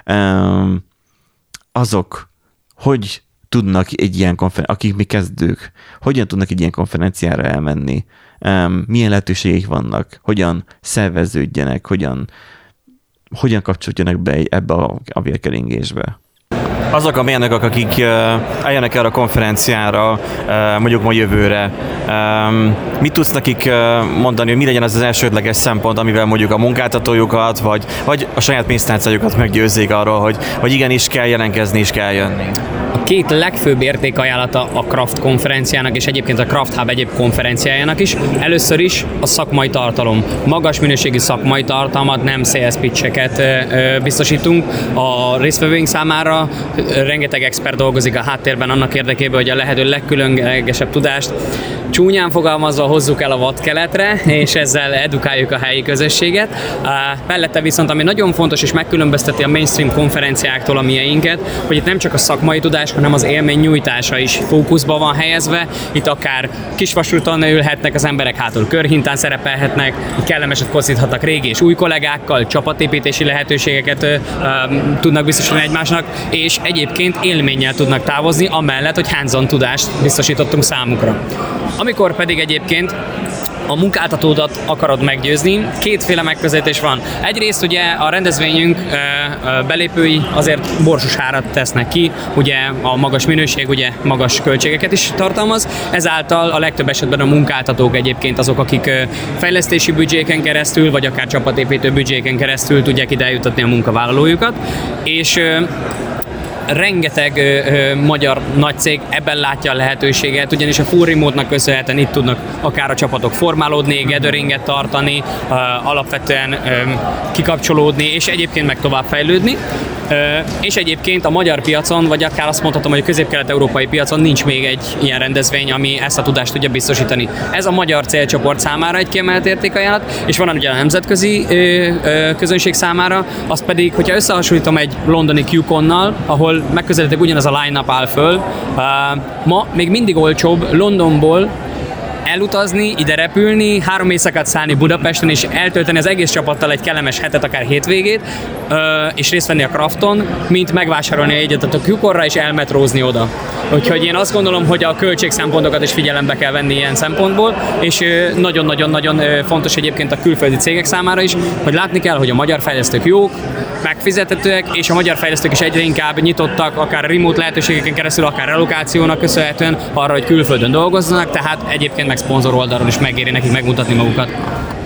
C: Azok, hogy tudnak egy ilyen akik mi kezdők, hogyan tudnak egy ilyen konferenciára elmenni, milyen lehetőségek vannak, hogyan szerveződjenek, hogyan kapcsolódjanak be ebbe a vérkeringésbe. Azok a mérnökök, akik eljönnek erre a konferenciára, mondjuk ma jövőre, mit tudsz nekik mondani, hogy mi legyen az elsődleges szempont, amivel mondjuk a munkáltatójukat, vagy a saját pénztárcájukat meggyőzzék arról, hogy igenis kell jelentkezni, és kell jönni?
G: A két legfőbb értékajánlata a Craft konferenciának, és egyébként a Craft Hub egyéb konferenciájának is. Először is a szakmai tartalom. Magas minőségű szakmai tartalmat, nem sales pitcheket biztosítunk a résztvevőink számára. Rengeteg expert dolgozik a háttérben annak érdekében, hogy a lehető legkülönlegesebb tudást csúnyán fogalmazva hozzuk el a vadkeletre, és ezzel edukáljuk a helyi közösséget. Mellette viszont, ami nagyon fontos és megkülönbözteti a mainstream konferenciáktól a mieinket, hogy itt nem csak a szakmai tudás, hanem az élmény nyújtása is fókuszba van helyezve. Itt akár kisvasúton ülhetnek az emberek, hátul körhintán szerepelhetnek, kellemeset kocinthatnak régi és új kollégákkal, csapatépítési lehetőségeket tudnak biztosítani egymásnak, és egyébként élménnyel tudnak távozni, amellett, hogy hands-on tudást biztosítottunk számukra. Amikor pedig egyébként a munkáltatódat akarod meggyőzni, kétféle megközelítés van. Egyrészt ugye a rendezvényünk belépői azért borsos árat tesznek ki, ugye a magas minőség ugye magas költségeket is tartalmaz, ezáltal a legtöbb esetben a munkáltatók egyébként azok, akik fejlesztési büdzséken keresztül, vagy akár csapatépítő büdzséken keresztül tudják ide eljutatni a munkavállalójukat, és rengeteg magyar nagycég ebben látja a lehetőséget, ugyanis a full remote-nak köszönhetően itt tudnak akár a csapatok formálódni, gatheringet tartani, alapvetően kikapcsolódni, és egyébként meg továbbfejlődni. És egyébként a magyar piacon, vagy akár azt mondhatom, hogy a közép-kelet-európai piacon nincs még egy ilyen rendezvény, ami ezt a tudást tudja biztosítani. Ez a magyar célcsoport számára egy kiemelt értékajánlat, és van ugye a nemzetközi közönség számára, az pedig, hogyha összehasonlítom egy londoni QCon-nal, ahol megközelítőleg ugyanaz a line-up áll föl, ma még mindig olcsóbb Londonból elutazni, ide repülni, 3 éjszakát szállni Budapesten, és eltölteni az egész csapattal egy kellemes hetet, akár hétvégét, és részt venni a Crafton, mint megvásárolni egyetet a Q-korra, és elmetrózni oda. Úgyhogy én azt gondolom, hogy a költségszempontokat is figyelembe kell venni ilyen szempontból, és nagyon-nagyon-nagyon fontos egyébként a külföldi cégek számára is, hogy látni kell, hogy a magyar fejlesztők jók, megfizethetőek, és a magyar fejlesztők is egyre inkább nyitottak, akár remote lehetőségeken keresztül, akár relokációnak köszönhetően arra, hogy külföldön dolgozzanak, tehát egyébként meg szponzor oldalról is megéri nekik megmutatni magukat.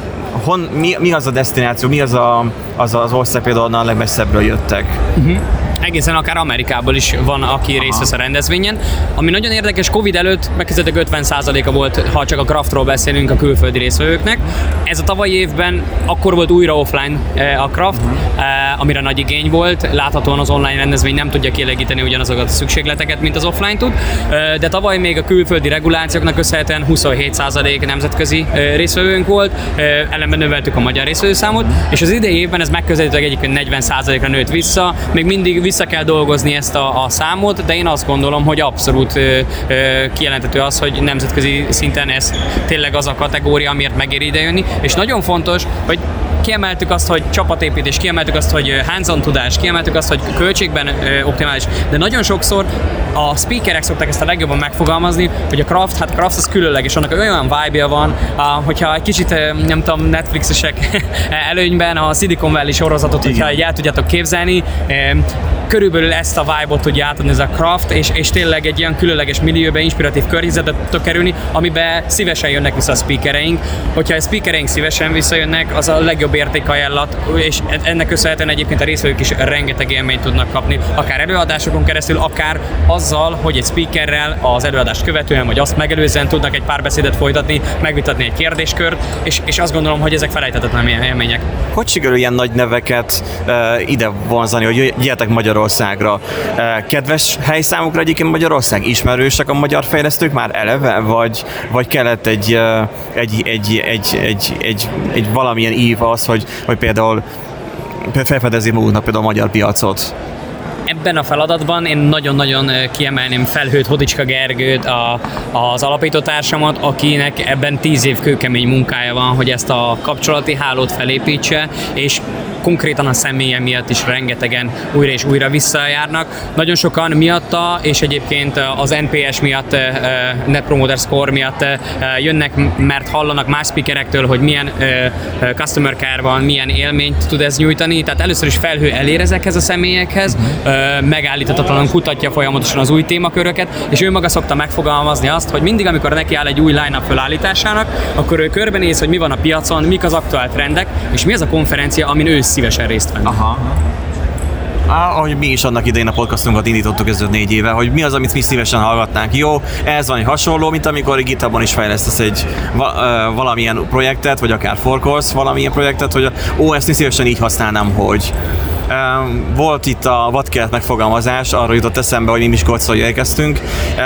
C: mi az a destináció, mi az ország például, onnan a legmesszebbről jöttek?
G: Egészen akár Amerikából is van, aki részt vesz a rendezvényen. Ami nagyon érdekes, Covid előtt megközelítőleg 50%-a volt, ha csak a Craftról beszélünk, a külföldi résztvevőknek. Ez a tavalyi évben akkor volt újra offline a Craft, amire nagy igény volt. Láthatóan az online rendezvény nem tudja kielégíteni ugyanazokat a szükségleteket, mint az offline tud, de tavaly még a külföldi regulációknak köszönhetően 27% nemzetközi résztvevőnk volt, ellenben növeltük a magyar résztvevőszámot, és az idei évben ez megközelítőleg egyébként 40%-ra nőtt vissza, még mindig vissza kell dolgozni ezt a számot, de én azt gondolom, hogy abszolút kijelenthető az, hogy nemzetközi szinten ez tényleg az a kategória, amiért megéri idejönni, és nagyon fontos, hogy kiemeltük azt, hogy csapatépítés, kiemeltük azt, hogy hands-on tudás, kiemeltük azt, hogy költségben optimális, de nagyon sokszor a speakerek szokták ezt a legjobban megfogalmazni, hogy a Craft az különleges, annak olyan vibe-ja van, hogyha egy kicsit, nem tudom, Netflixesek előnyben a Silicon Valley sorozatot, hogyha el tudjátok képzelni, körülbelül ezt a vibe-ot tudja átadni ez a Craft, és tényleg egy ilyen különleges millióben, inspiratív környezetet tud kerülni, amiben szívesen jönnek vissza a speakereink. Hogyha a speakereink szívesen visszajönnek, az a legjobb értékajánlat, és ennek köszönhetően egyébként a résztvevők is rengeteg élményt tudnak kapni, akár előadásokon keresztül, akár azzal, hogy egy speakerrel az előadást követően, vagy azt megelőzően tudnak egy párbeszédet folytatni, megvitatni egy kérdéskört, és azt gondolom, hogy ezek felejthetetlen élmények.
C: Hogy sikerül ilyen nagy neveket ide vonzani, hogy jöjjetek Magyarországra? Kedves hely számukra egyébként Magyarország? Ismerősek a magyar fejlesztők már eleve? Vagy kellett egy valamilyen ív az, hogy például felfedezi maguknak például a magyar piacot?
G: Ebben a feladatban én nagyon-nagyon kiemelném Felhőt, Hodicska Gergőt, az alapítótársamat, akinek ebben 10 év kőkemény munkája van, hogy ezt a kapcsolati hálót felépítse, és konkrétan a személye miatt is rengetegen újra és újra visszajárnak. Nagyon sokan miatta, és egyébként az NPS miatt, Net Promoter Score miatt jönnek, mert hallanak más speakerektől, hogy milyen customer care van, milyen élményt tud ez nyújtani. Tehát először is Felhő elér ezekhez a személyekhez, megállíthatatlanul kutatja folyamatosan az új témaköröket, és ő maga szokta megfogalmazni azt, hogy mindig, amikor neki áll egy új line-up felállításának, akkor ő körbenéz, hogy mi van a piacon, mik az aktuált trendek, és mi az a konferencia, amin ő szívesen részt venni.
C: Aha. Ahogy mi is annak idején a podcastunkat indítottuk ezelőtt 4 éve, hogy mi az, amit mi szívesen hallgatnánk. Jó, ez van egy hasonló, mint amikor GitHubon is fejlesztesz egy valamilyen projektet, vagy akár forkolsz valamilyen projektet, hogy ezt szívesen így használnám, hogy volt itt a vadkeret megfogalmazás, arról jutott eszembe, hogy mi Miskolcról érkeztünk,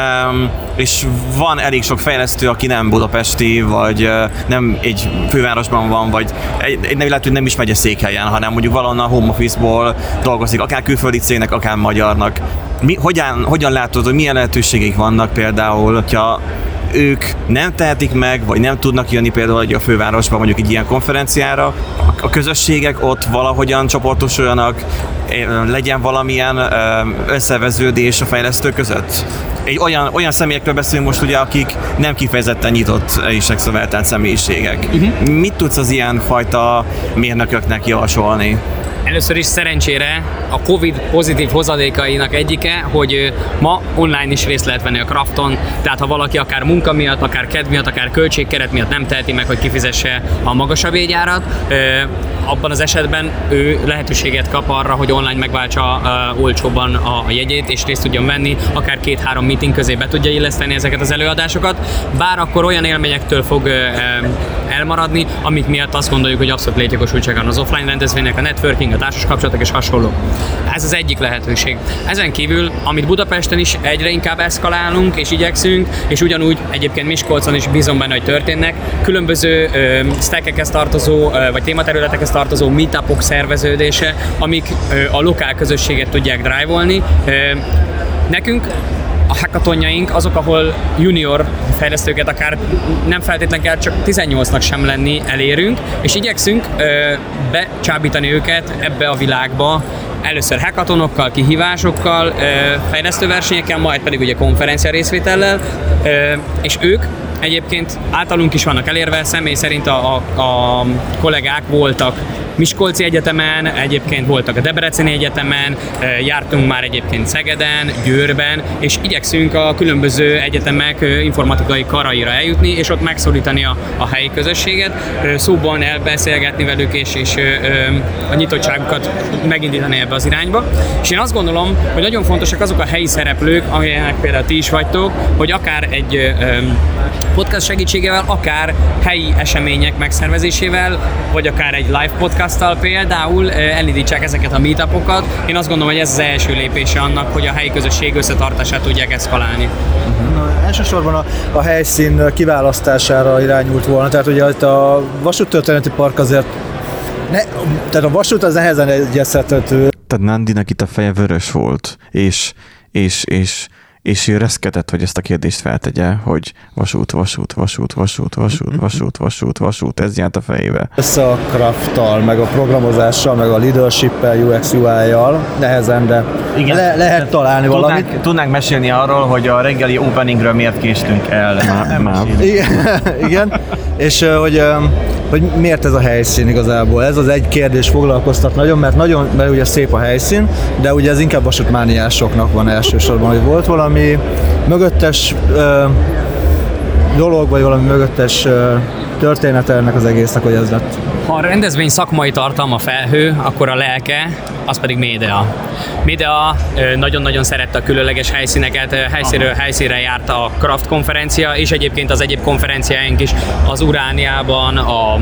C: és van elég sok fejlesztő, aki nem budapesti, vagy nem egy fővárosban van, vagy lehet, hogy nem is megyeszékhelyen, hanem mondjuk valahonnan home office-ból dolgozik, akár külföldi cégnek, akár magyarnak. Hogyan látod, hogy milyen lehetőségeik vannak például, hogyha ők nem tehetik meg, vagy nem tudnak jönni például a fővárosba mondjuk egy ilyen konferenciára, a közösségek ott valahogyan csoportosuljanak, legyen valamilyen összeveződés a fejlesztők között? Egy olyan személyekről beszélünk most ugye, akik nem kifejezetten nyitott és extrovertált személyiségek. Mit tudsz az ilyen fajta mérnököknek javasolni?
G: Először is szerencsére a Covid pozitív hozadékainak egyike, hogy ma online is részt lehet venni a Crafton, tehát ha valaki akár munka miatt, akár kedv miatt, akár költségkeret miatt nem teheti meg, hogy kifizesse a magasabb jegyárat, abban az esetben ő lehetőséget kap arra, hogy online megváltsa olcsóbban a jegyét, és részt tudjon venni, akár 2-3 meeting közé be tudja illeszteni ezeket az előadásokat, bár akkor olyan élményektől fog elmaradni, amik miatt azt gondoljuk, hogy abszolút létjogosultsága van az offline rendezvénynek, a networking, a társas kapcsolatok és hasonló. Ez az egyik lehetőség. Ezen kívül, amit Budapesten is egyre inkább eszkalálunk és igyekszünk, és ugyanúgy egyébként Miskolcon is bízom benne, hogy történnek, különböző stackekhez tartozó, vagy tématerületekhez tartozó meetupok szerveződése, amik a lokál közösséget tudják drive-olni. Nekünk a hackathonjaink azok, ahol junior fejlesztőket akár nem feltétlenül kell csak 18-nak sem lenni elérünk, és igyekszünk becsábítani őket ebbe a világba, először hackathonokkal, kihívásokkal, fejlesztőversenyekkel, majd pedig ugye konferencia részvétellel, és ők egyébként általunk is vannak elérve, személy szerint a kollégák voltak Miskolci Egyetemen, egyébként voltak a Debreceni Egyetemen, jártunk már egyébként Szegeden, Győrben, és igyekszünk a különböző egyetemek informatikai karaira eljutni, és ott megszólítani a helyi közösséget, szóban elbeszélgetni velük, és a nyitottságukat megindítani ebbe az irányba. És én azt gondolom, hogy nagyon fontosak azok a helyi szereplők, amilyenek például ti is vagytok, hogy akár egy podcast segítségével, akár helyi események megszervezésével, vagy akár egy live podcasttal például elindítsák ezeket a meetupokat. Én azt gondolom, hogy ez az első lépése annak, hogy a helyi közösség összetartását tudják eszkalálni.
F: Elsősorban a helyszín kiválasztására irányult volna, tehát ugye itt a vasúttörténeti park azért, tehát a vasút az nehezen egyeztethető.
C: Tehát Nandinak itt a feje vörös volt, és ő reszketett, hogy ezt a kérdést feltegye, hogy vasút, ez járt a fejébe.
F: Össze a crafttal, meg a programozással, meg a leadership-el, UX, UI-jal nehezen, de igen, lehet találni valamit.
H: Tudnánk mesélni arról, hogy a reggeli openingről miért késtünk el.
F: Igen, és hogy miért ez a helyszín igazából. Ez az egy kérdés foglalkoztat nagyon, mert ugye szép a helyszín, de ugye ez inkább vasútmániásoknak van elsősorban, hogy volt valami mögöttes dolog, vagy valami mögöttes története ennek az egésznek, hogy ez lett.
G: Ha a rendezvény szakmai tartalma felhő, akkor a lelke, az pedig média. Média nagyon-nagyon szerette a különleges helyszíneket, helyszínről helyszínre járt a Craft konferencia, és egyébként az egyéb konferenciáink is az Urániában, a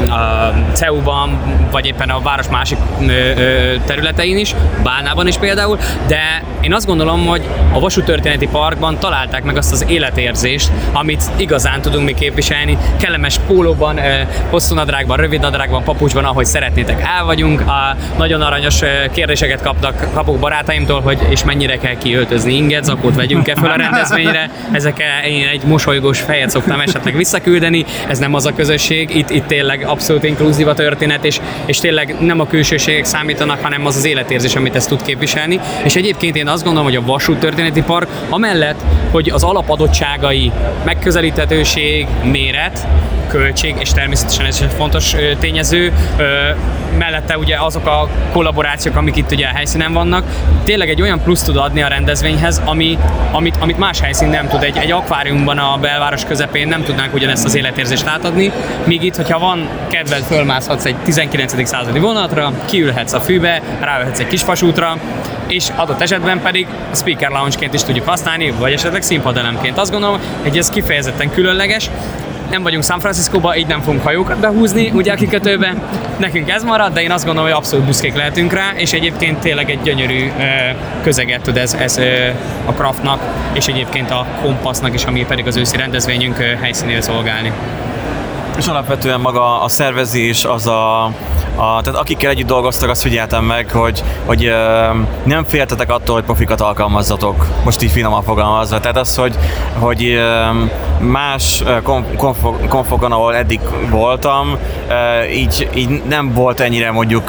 G: CEU-ban, vagy éppen a város másik területein is, Bálnában is például, de én azt gondolom, hogy a Vasúttörténeti Parkban találták meg azt az életérzést, amit igazán tudunk mi képviselni, kellemes pólóban, hosszú nadrágban, rövid nadrágban, papucsban, ahogy szeretnétek, el vagyunk. Nagyon aranyos kérdéseket kapok barátaimtól, hogy és mennyire kell kiöltözni inget, zakót vegyünk-e föl a rendezvényre. Ezekkel én egy mosolygós fejet szoktam esetleg visszaküldeni, ez nem az a közösség, itt tényleg abszolút inkluzív a történet, és tényleg nem a külsőségek számítanak, hanem az az életérzés, amit ez tud képviselni. És egyébként én azt gondolom, hogy a Vasúttörténeti Park amellett, hogy az alapadottságai, megközelíthetőség, méret, költség, és természetesen ez egy fontos tényező, mellette ugye azok a kollaborációk, amik itt ugye a helyszínen vannak, tényleg egy olyan plusz tud adni a rendezvényhez, amit más helyszín nem tud. Egy akváriumban a belváros közepén nem tudnánk ugyanezt az életérzést átadni, míg itt, hogyha van kedved, fölmászhatsz egy 19. századi vonatra, kiülhetsz a fűbe, ráülhetsz egy kis vasútra, és adott esetben pedig a speaker lounge-ként is tudjuk használni, vagy esetleg színpadelemként. Azt gondolom, hogy ez kifejezetten különleges. Nem vagyunk San Franciscóban, így nem fogunk hajókat behúzni, ugye a kikötőbe. Nekünk ez marad, de én azt gondolom, hogy abszolút büszkék lehetünk rá, és egyébként tényleg egy gyönyörű közeget tud ez a Craftnak, és egyébként a Kompassznak is, ami pedig az őszi rendezvényünk helyszínével szolgálni.
H: És alapvetően maga a szervezés, az tehát akikkel együtt dolgoztak, azt figyeltem meg, hogy nem féltetek attól, hogy profikat alkalmazzatok, most így finoman fogalmazva. Tehát az, hogy más konfokon, ahol eddig voltam, így nem volt ennyire mondjuk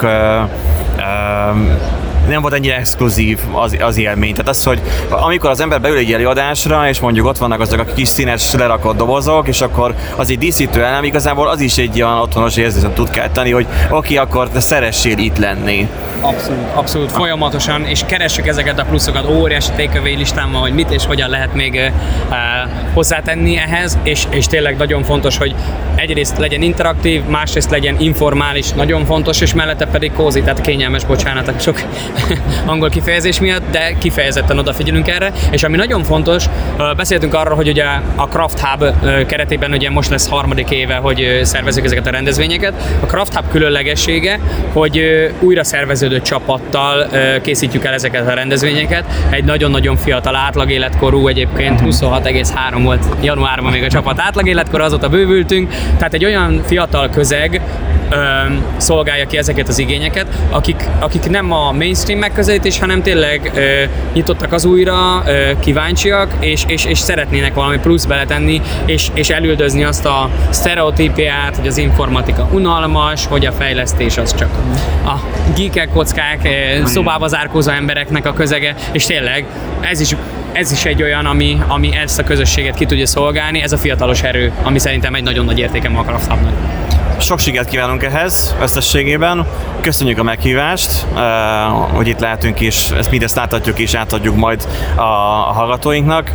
H: nem volt ennyire exkluzív az élmény. Tehát az, hogy amikor az ember beül egy előadásra, és mondjuk ott vannak azok a kis színes lerakott dobozok, és akkor az egy díszítő elem, igazából az is egy olyan otthonos érzést tud kelteni, hogy oké, akkor te szeressél itt lenni.
G: Abszolút folyamatosan, és keressük ezeket a pluszokat, óriási takeaway listámmal, hogy mit és hogyan lehet még hozzátenni ehhez, és tényleg nagyon fontos, hogy egyrészt legyen interaktív, másrészt legyen informális, nagyon fontos, és mellette pedig cozy, tehát kényelmes, bocsánat, sok angol kifejezés miatt, de kifejezetten odafigyelünk erre, és ami nagyon fontos, beszéltünk arról, hogy ugye a Craft Hub keretében ugye most lesz 3. éve, hogy szervezzük ezeket a rendezvényeket. A Craft Hub különlegessége, hogy újra szerveződött csapattal készítjük el ezeket a rendezvényeket. Egy nagyon-nagyon fiatal átlagéletkorú, egyébként 26,3 volt januárban még a csapat átlagéletkor, azóta bővültünk, tehát egy olyan fiatal közeg szolgálja ki ezeket az igényeket, akik nem a mainstream megközelítés, hanem tényleg nyitottak az újra, kíváncsiak, és szeretnének valami plusz beletenni, és elüldözni azt a sztereotípiát, hogy az informatika unalmas, hogy a fejlesztés az csak a geekek, kockák, szobába zárkózó embereknek a közege, és tényleg ez is egy olyan, ami ezt a közösséget ki tudja szolgálni, ez a fiatalos erő, ami szerintem egy nagyon nagy értéke a Craft Hubnak.
H: Sok sikert kívánunk ehhez összességében. Köszönjük a meghívást, hogy itt lehetünk és mindezt láthatjuk és átadjuk majd a hallgatóinknak.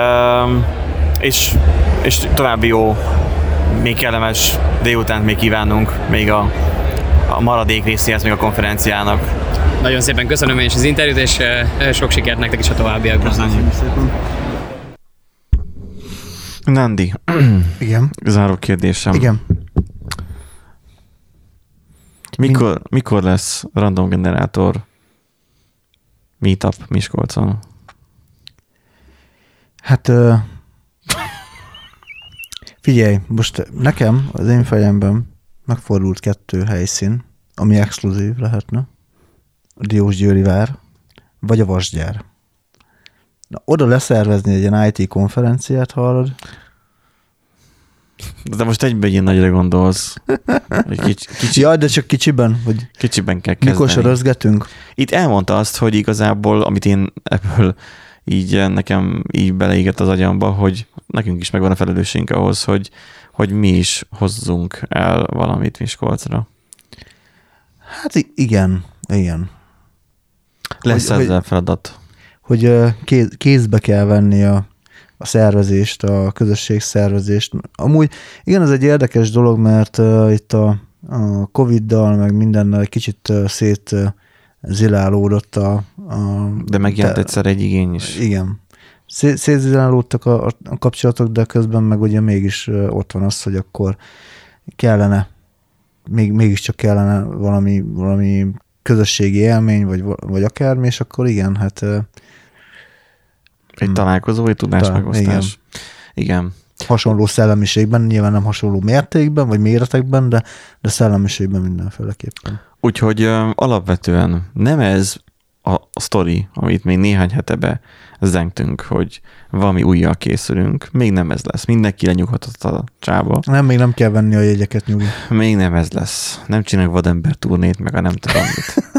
H: És további jó, még kellemes délutánt még kívánunk még a maradék részéhez még a konferenciának.
G: Nagyon szépen köszönöm én is az interjút, és sok sikert nektek is a továbbiakban.
H: Köszönjük szépen.
C: Nandi.
A: Igen.
C: Záró kérdésem.
A: Igen.
C: Mikor lesz random generátor meetup Miskolcon?
A: Hát figyelj, most nekem az én fejemben megfordult 2 helyszín, ami exkluzív lehetne. A Diósgyőri vár, vagy a Vasgyár. Na, oda leszervezni egy ilyen IT konferenciát, hallod?
C: De most egyben ilyen nagyra gondolsz.
A: Jaj, de csak kicsiben? Vagy
C: kicsiben kell kezdeni.
A: mikor sörözgetünk?
C: Itt elmondta azt, hogy igazából, amit én ebből így nekem így beleégett az agyamba, hogy nekünk is megvan a felelősségünk ahhoz, hogy mi is hozzunk el valamit Miskolcra.
A: Hát igen.
C: Lesz ezzel feladat.
A: Hogy kézbe kell venni a szervezést, a közösség szervezést. Amúgy igen, ez egy érdekes dolog, mert itt a Covid-dal, meg mindennel egy kicsit szétzilálódott
C: De megjelent egyszer egy igény is.
A: Igen. Szétzilálódtak a kapcsolatok, de közben meg ugye mégis ott van az, hogy akkor kellene, mégiscsak kellene valami közösségi élmény, vagy akármi, és akkor igen, hát
C: egy találkozó, egy tudásmegosztás. Igen.
A: Hasonló szellemiségben, nyilván nem hasonló mértékben, vagy méretekben, de szellemiségben mindenféleképpen.
C: Úgyhogy alapvetően nem ez a sztori, amit még néhány hete zengtünk, hogy valami újjal készülünk. Még nem ez lesz. Mindenki lenyughatott a csába.
A: Nem, még nem kell venni a jegyeket, nyugi.
C: Még nem ez lesz. Nem csináljuk vadember turnét, meg a nem tudom mit.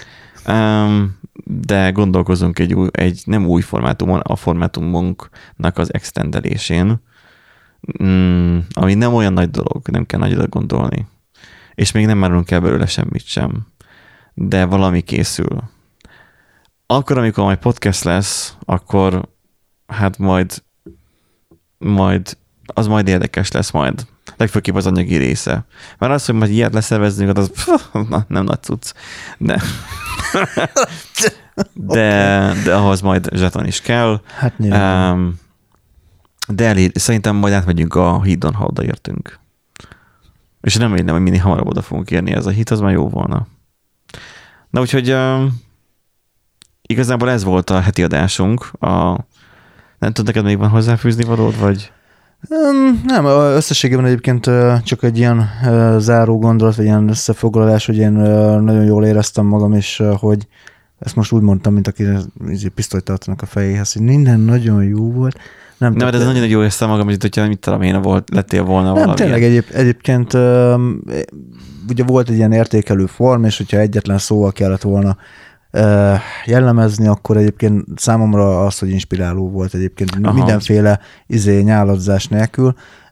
C: De gondolkozunk egy nem új formátumon, a formátumunknak az extendelésén, ami nem olyan nagy dolog, nem kell nagyra gondolni. És még nem árulunk el belőle semmit sem. De valami készül. Akkor, amikor majd podcast lesz, akkor hát majd érdekes lesz majd. Legfőképp az anyagi része. Mert az, hogy majd ilyet leszervezzünk, az nem nagy cucc. De ahhoz majd zseton is kell.
A: Hát nyilván.
C: De szerintem majd átmegyünk a hídon, ha odaértünk. És remélem, hogy minél hamarabb oda fogunk érni, ez a híd, az már jó volna. Na úgyhogy igazából ez volt a heti adásunk. Nem tudom, neked még van hozzáfűzni valód, vagy?
A: Nem, összességében egyébként csak egy ilyen záró gondolat, vagy ilyen összefoglalás, hogy én nagyon jól éreztem magam, és hogy ezt most úgy mondtam, mint aki pisztolyt tartanak a fejéhez, hogy minden nagyon jó volt.
C: Nem, de ez nagyon jó éreztem magam, mint hogyha mit tudom én, lettél volna valami.
A: Tényleg egyébként ugye volt egy ilyen értékelő form, és hogyha egyetlen szóval kellett volna jellemezni, akkor egyébként számomra az, hogy inspiráló volt egyébként. Mindenféle nyáladzás nélkül.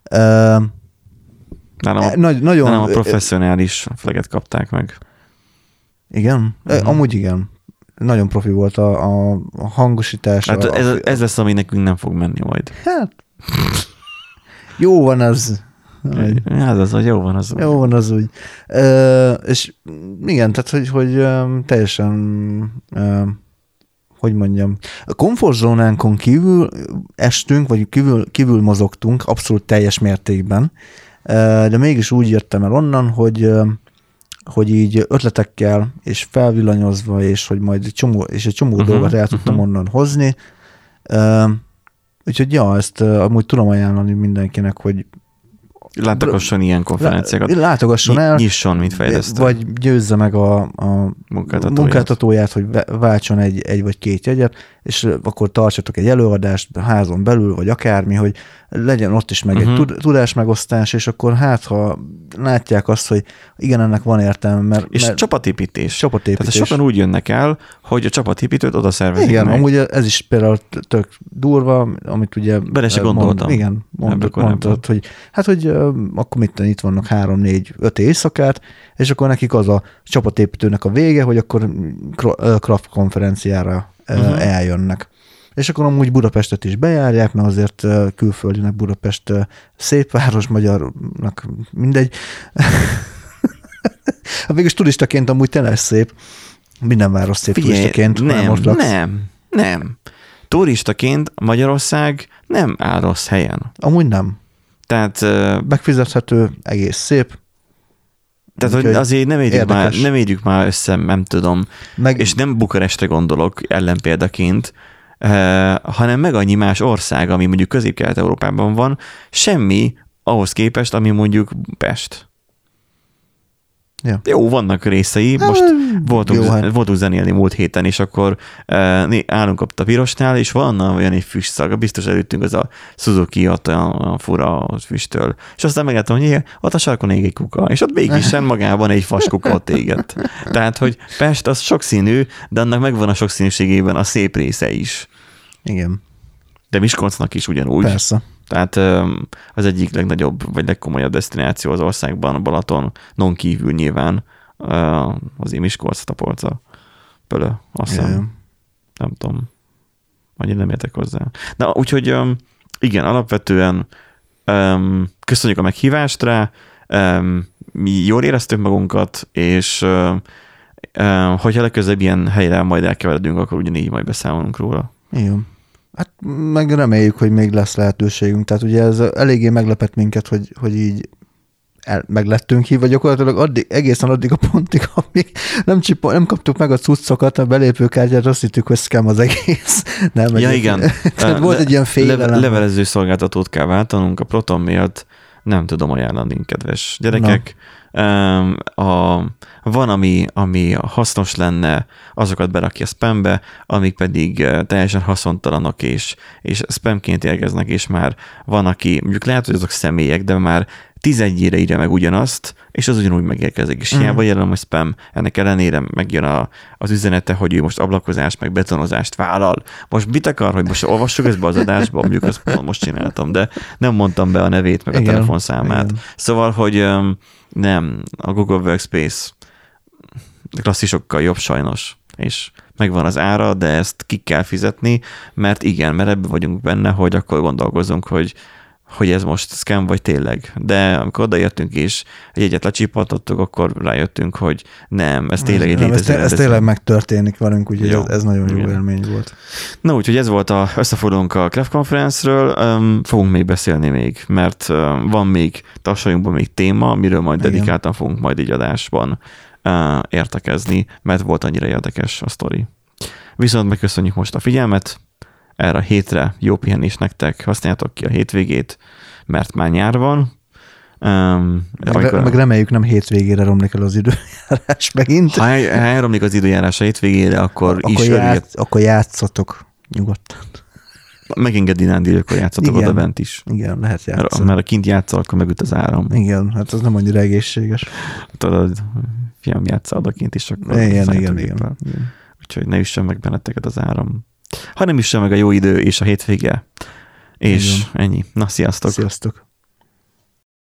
C: Nagyon a professzionális fleget kapták meg.
A: Igen? Amúgy igen. Nagyon profi volt a hangosítás.
C: Hát ez lesz, ami nekünk nem fog menni majd.
A: Hát, jó van az.
C: Hát az, hogy jó van az.
A: Jó van az úgy. És igen, tehát, hogy teljesen, hogy mondjam, a komfortzónánkon kívül estünk, vagy kívül mozogtunk, abszolút teljes mértékben, de mégis úgy jöttem el onnan, hogy így ötletekkel, és felvillanyozva, és hogy majd egy csomó dolgot el tudtam onnan hozni. Úgyhogy ja, ezt amúgy tudom ajánlani mindenkinek, hogy
C: látogasson ilyen konferenciákat.
A: Látogasson el.
C: Nyisson, mint fejlesztő.
A: Vagy győzze meg a munkáltatóját, hogy váltson egy vagy két jegyet. és akkor tartsatok egy előadást házon belül, vagy akármi, hogy legyen ott is meg egy tudásmegosztás, és akkor hát, ha látják azt, hogy igen, ennek van értelme, mert
C: csapatépítés.
A: Csapatépítés.
C: Tehát sokan úgy jönnek el, hogy a csapatépítőt oda szervezik
A: igen,
C: meg.
A: amúgy ez is például tök durva, amit ugye...
C: Bele se gondoltam.
A: Mondtad, hogy hát, hogy akkor itt vannak 3-4-5 éjszakát, és akkor nekik az a csapatépítőnek a vége, hogy akkor craft konferenciára eljönnek. És akkor amúgy Budapestet is bejárják, mert azért külföldinek Budapest szép város, magyarnak mindegy. Végülis turistaként amúgy tényleg szép. Minden város szép turistaként.
C: Nem. Turistaként Magyarország nem áll rossz helyen.
A: Amúgy nem.
C: Tehát...
A: megfizethető, egész szép.
C: Tehát, hogy azért nem érjük már össze, nem tudom, és nem Bukarestre gondolok ellenpéldaként, hanem meg annyi más ország, ami mondjuk Közép-Kelet-Európában van, semmi ahhoz képest, ami mondjuk Pest.
A: Ja.
C: Jó, vannak részei, most voltunk zenélni múlt héten, és akkor állunk ott a Pirosnál, és van olyan egy füstszaga, biztos előttünk az a Suzuki, ott a fura füsttől. És aztán megálltam, hogy ott a sarkon ég egy kuka, és ott mégis magában egy faskuka ott égett. Tehát, hogy Pest az sokszínű, de annak megvan a sokszínűségében a szép része is.
A: Igen.
C: De Miskolcnak is ugyanúgy.
A: Persze.
C: Tehát az egyik legnagyobb, vagy legkomolyabb desztináció az országban, Balatonon kívül nyilván azért Miskolc, Tapolca, Pölö, azt hiszem. Nem tudom. Annyit nem értek hozzá. Na, úgyhogy igen, alapvetően köszönjük a meghívást rá, mi jól éreztük magunkat, és hogyha legközelebb ilyen helyre majd elkeveredünk, akkor ugyanígy majd beszámolunk róla.
A: Igen. Hát meg reméljük, hogy még lesz lehetőségünk. Tehát ugye ez eléggé meglepett minket, hogy így meglettünk hívva gyakorlatilag egészen addig a pontig, amíg nem kaptuk meg a cuccokat, a belépőkártyát, azt hittük, hogy scam az egész. Nem,
C: ja, igen.
A: Tehát volt egy ilyen félelem.
C: Levelező szolgáltatót kell váltanunk, a Proton miatt nem tudom ajánlani, kedves gyerekek. Van, ami hasznos lenne, azokat berakja spambe, amik pedig teljesen haszontalanok és spamként érkeznek, és már van, aki, mondjuk lehet, hogy azok személyek, de már 11-ére írja meg ugyanazt, és az ugyanúgy megérkezik. És hiába jelen, hogy spam, ennek ellenére megjön az üzenete, hogy ő most ablakozást, meg betonozást vállal. Most mit akar, hogy most olvassuk ezt be az adásba, mondjuk azt most csináltam, de nem mondtam be a nevét, meg a telefonszámát. Igen. Szóval, hogy nem, a Google Workspace klasszisokkal jobb sajnos, és megvan az ára, de ezt ki kell fizetni, mert ebben vagyunk benne, hogy akkor gondolkozunk, hogy ez most scam vagy tényleg. De amikor odaértünk és egy egyet lecsipatottuk, akkor rájöttünk, hogy nem, ez tényleg egy létező.
A: Ez tényleg megtörténik velünk, úgyhogy ez nagyon jó élmény volt.
C: Na úgyhogy ez volt összefordulónk a Craft Conference-ről, fogunk még beszélni még, mert van még társaságunkban még téma, amiről majd dedikáltan fogunk majd így adásban értekezni, mert volt annyira érdekes a sztori. Viszont megköszönjük most a figyelmet, erre a hétre jó pihenés nektek, használjátok ki a hétvégét, mert már nyár van.
A: Meg reméljük nem hétvégére romlik el az időjárás megint.
C: Ha elromlik az időjárás a hétvégére, akkor
A: akkor játszatok nyugodtan.
C: Megengedi Nándi, akkor játszatok oda bent is.
A: Igen, lehet játszani.
C: Mert a kint játszol, akkor megüt az áram.
A: Igen, hát az nem annyira egészséges.
C: Tudod, fiam játszol odakint is, akkor
A: igen.
C: Úgyhogy ne üssön meg benneteket az áram. Ha nem üssön meg a jó idő és a hétvége. És ennyi. Na, sziasztok!
A: Sziasztok!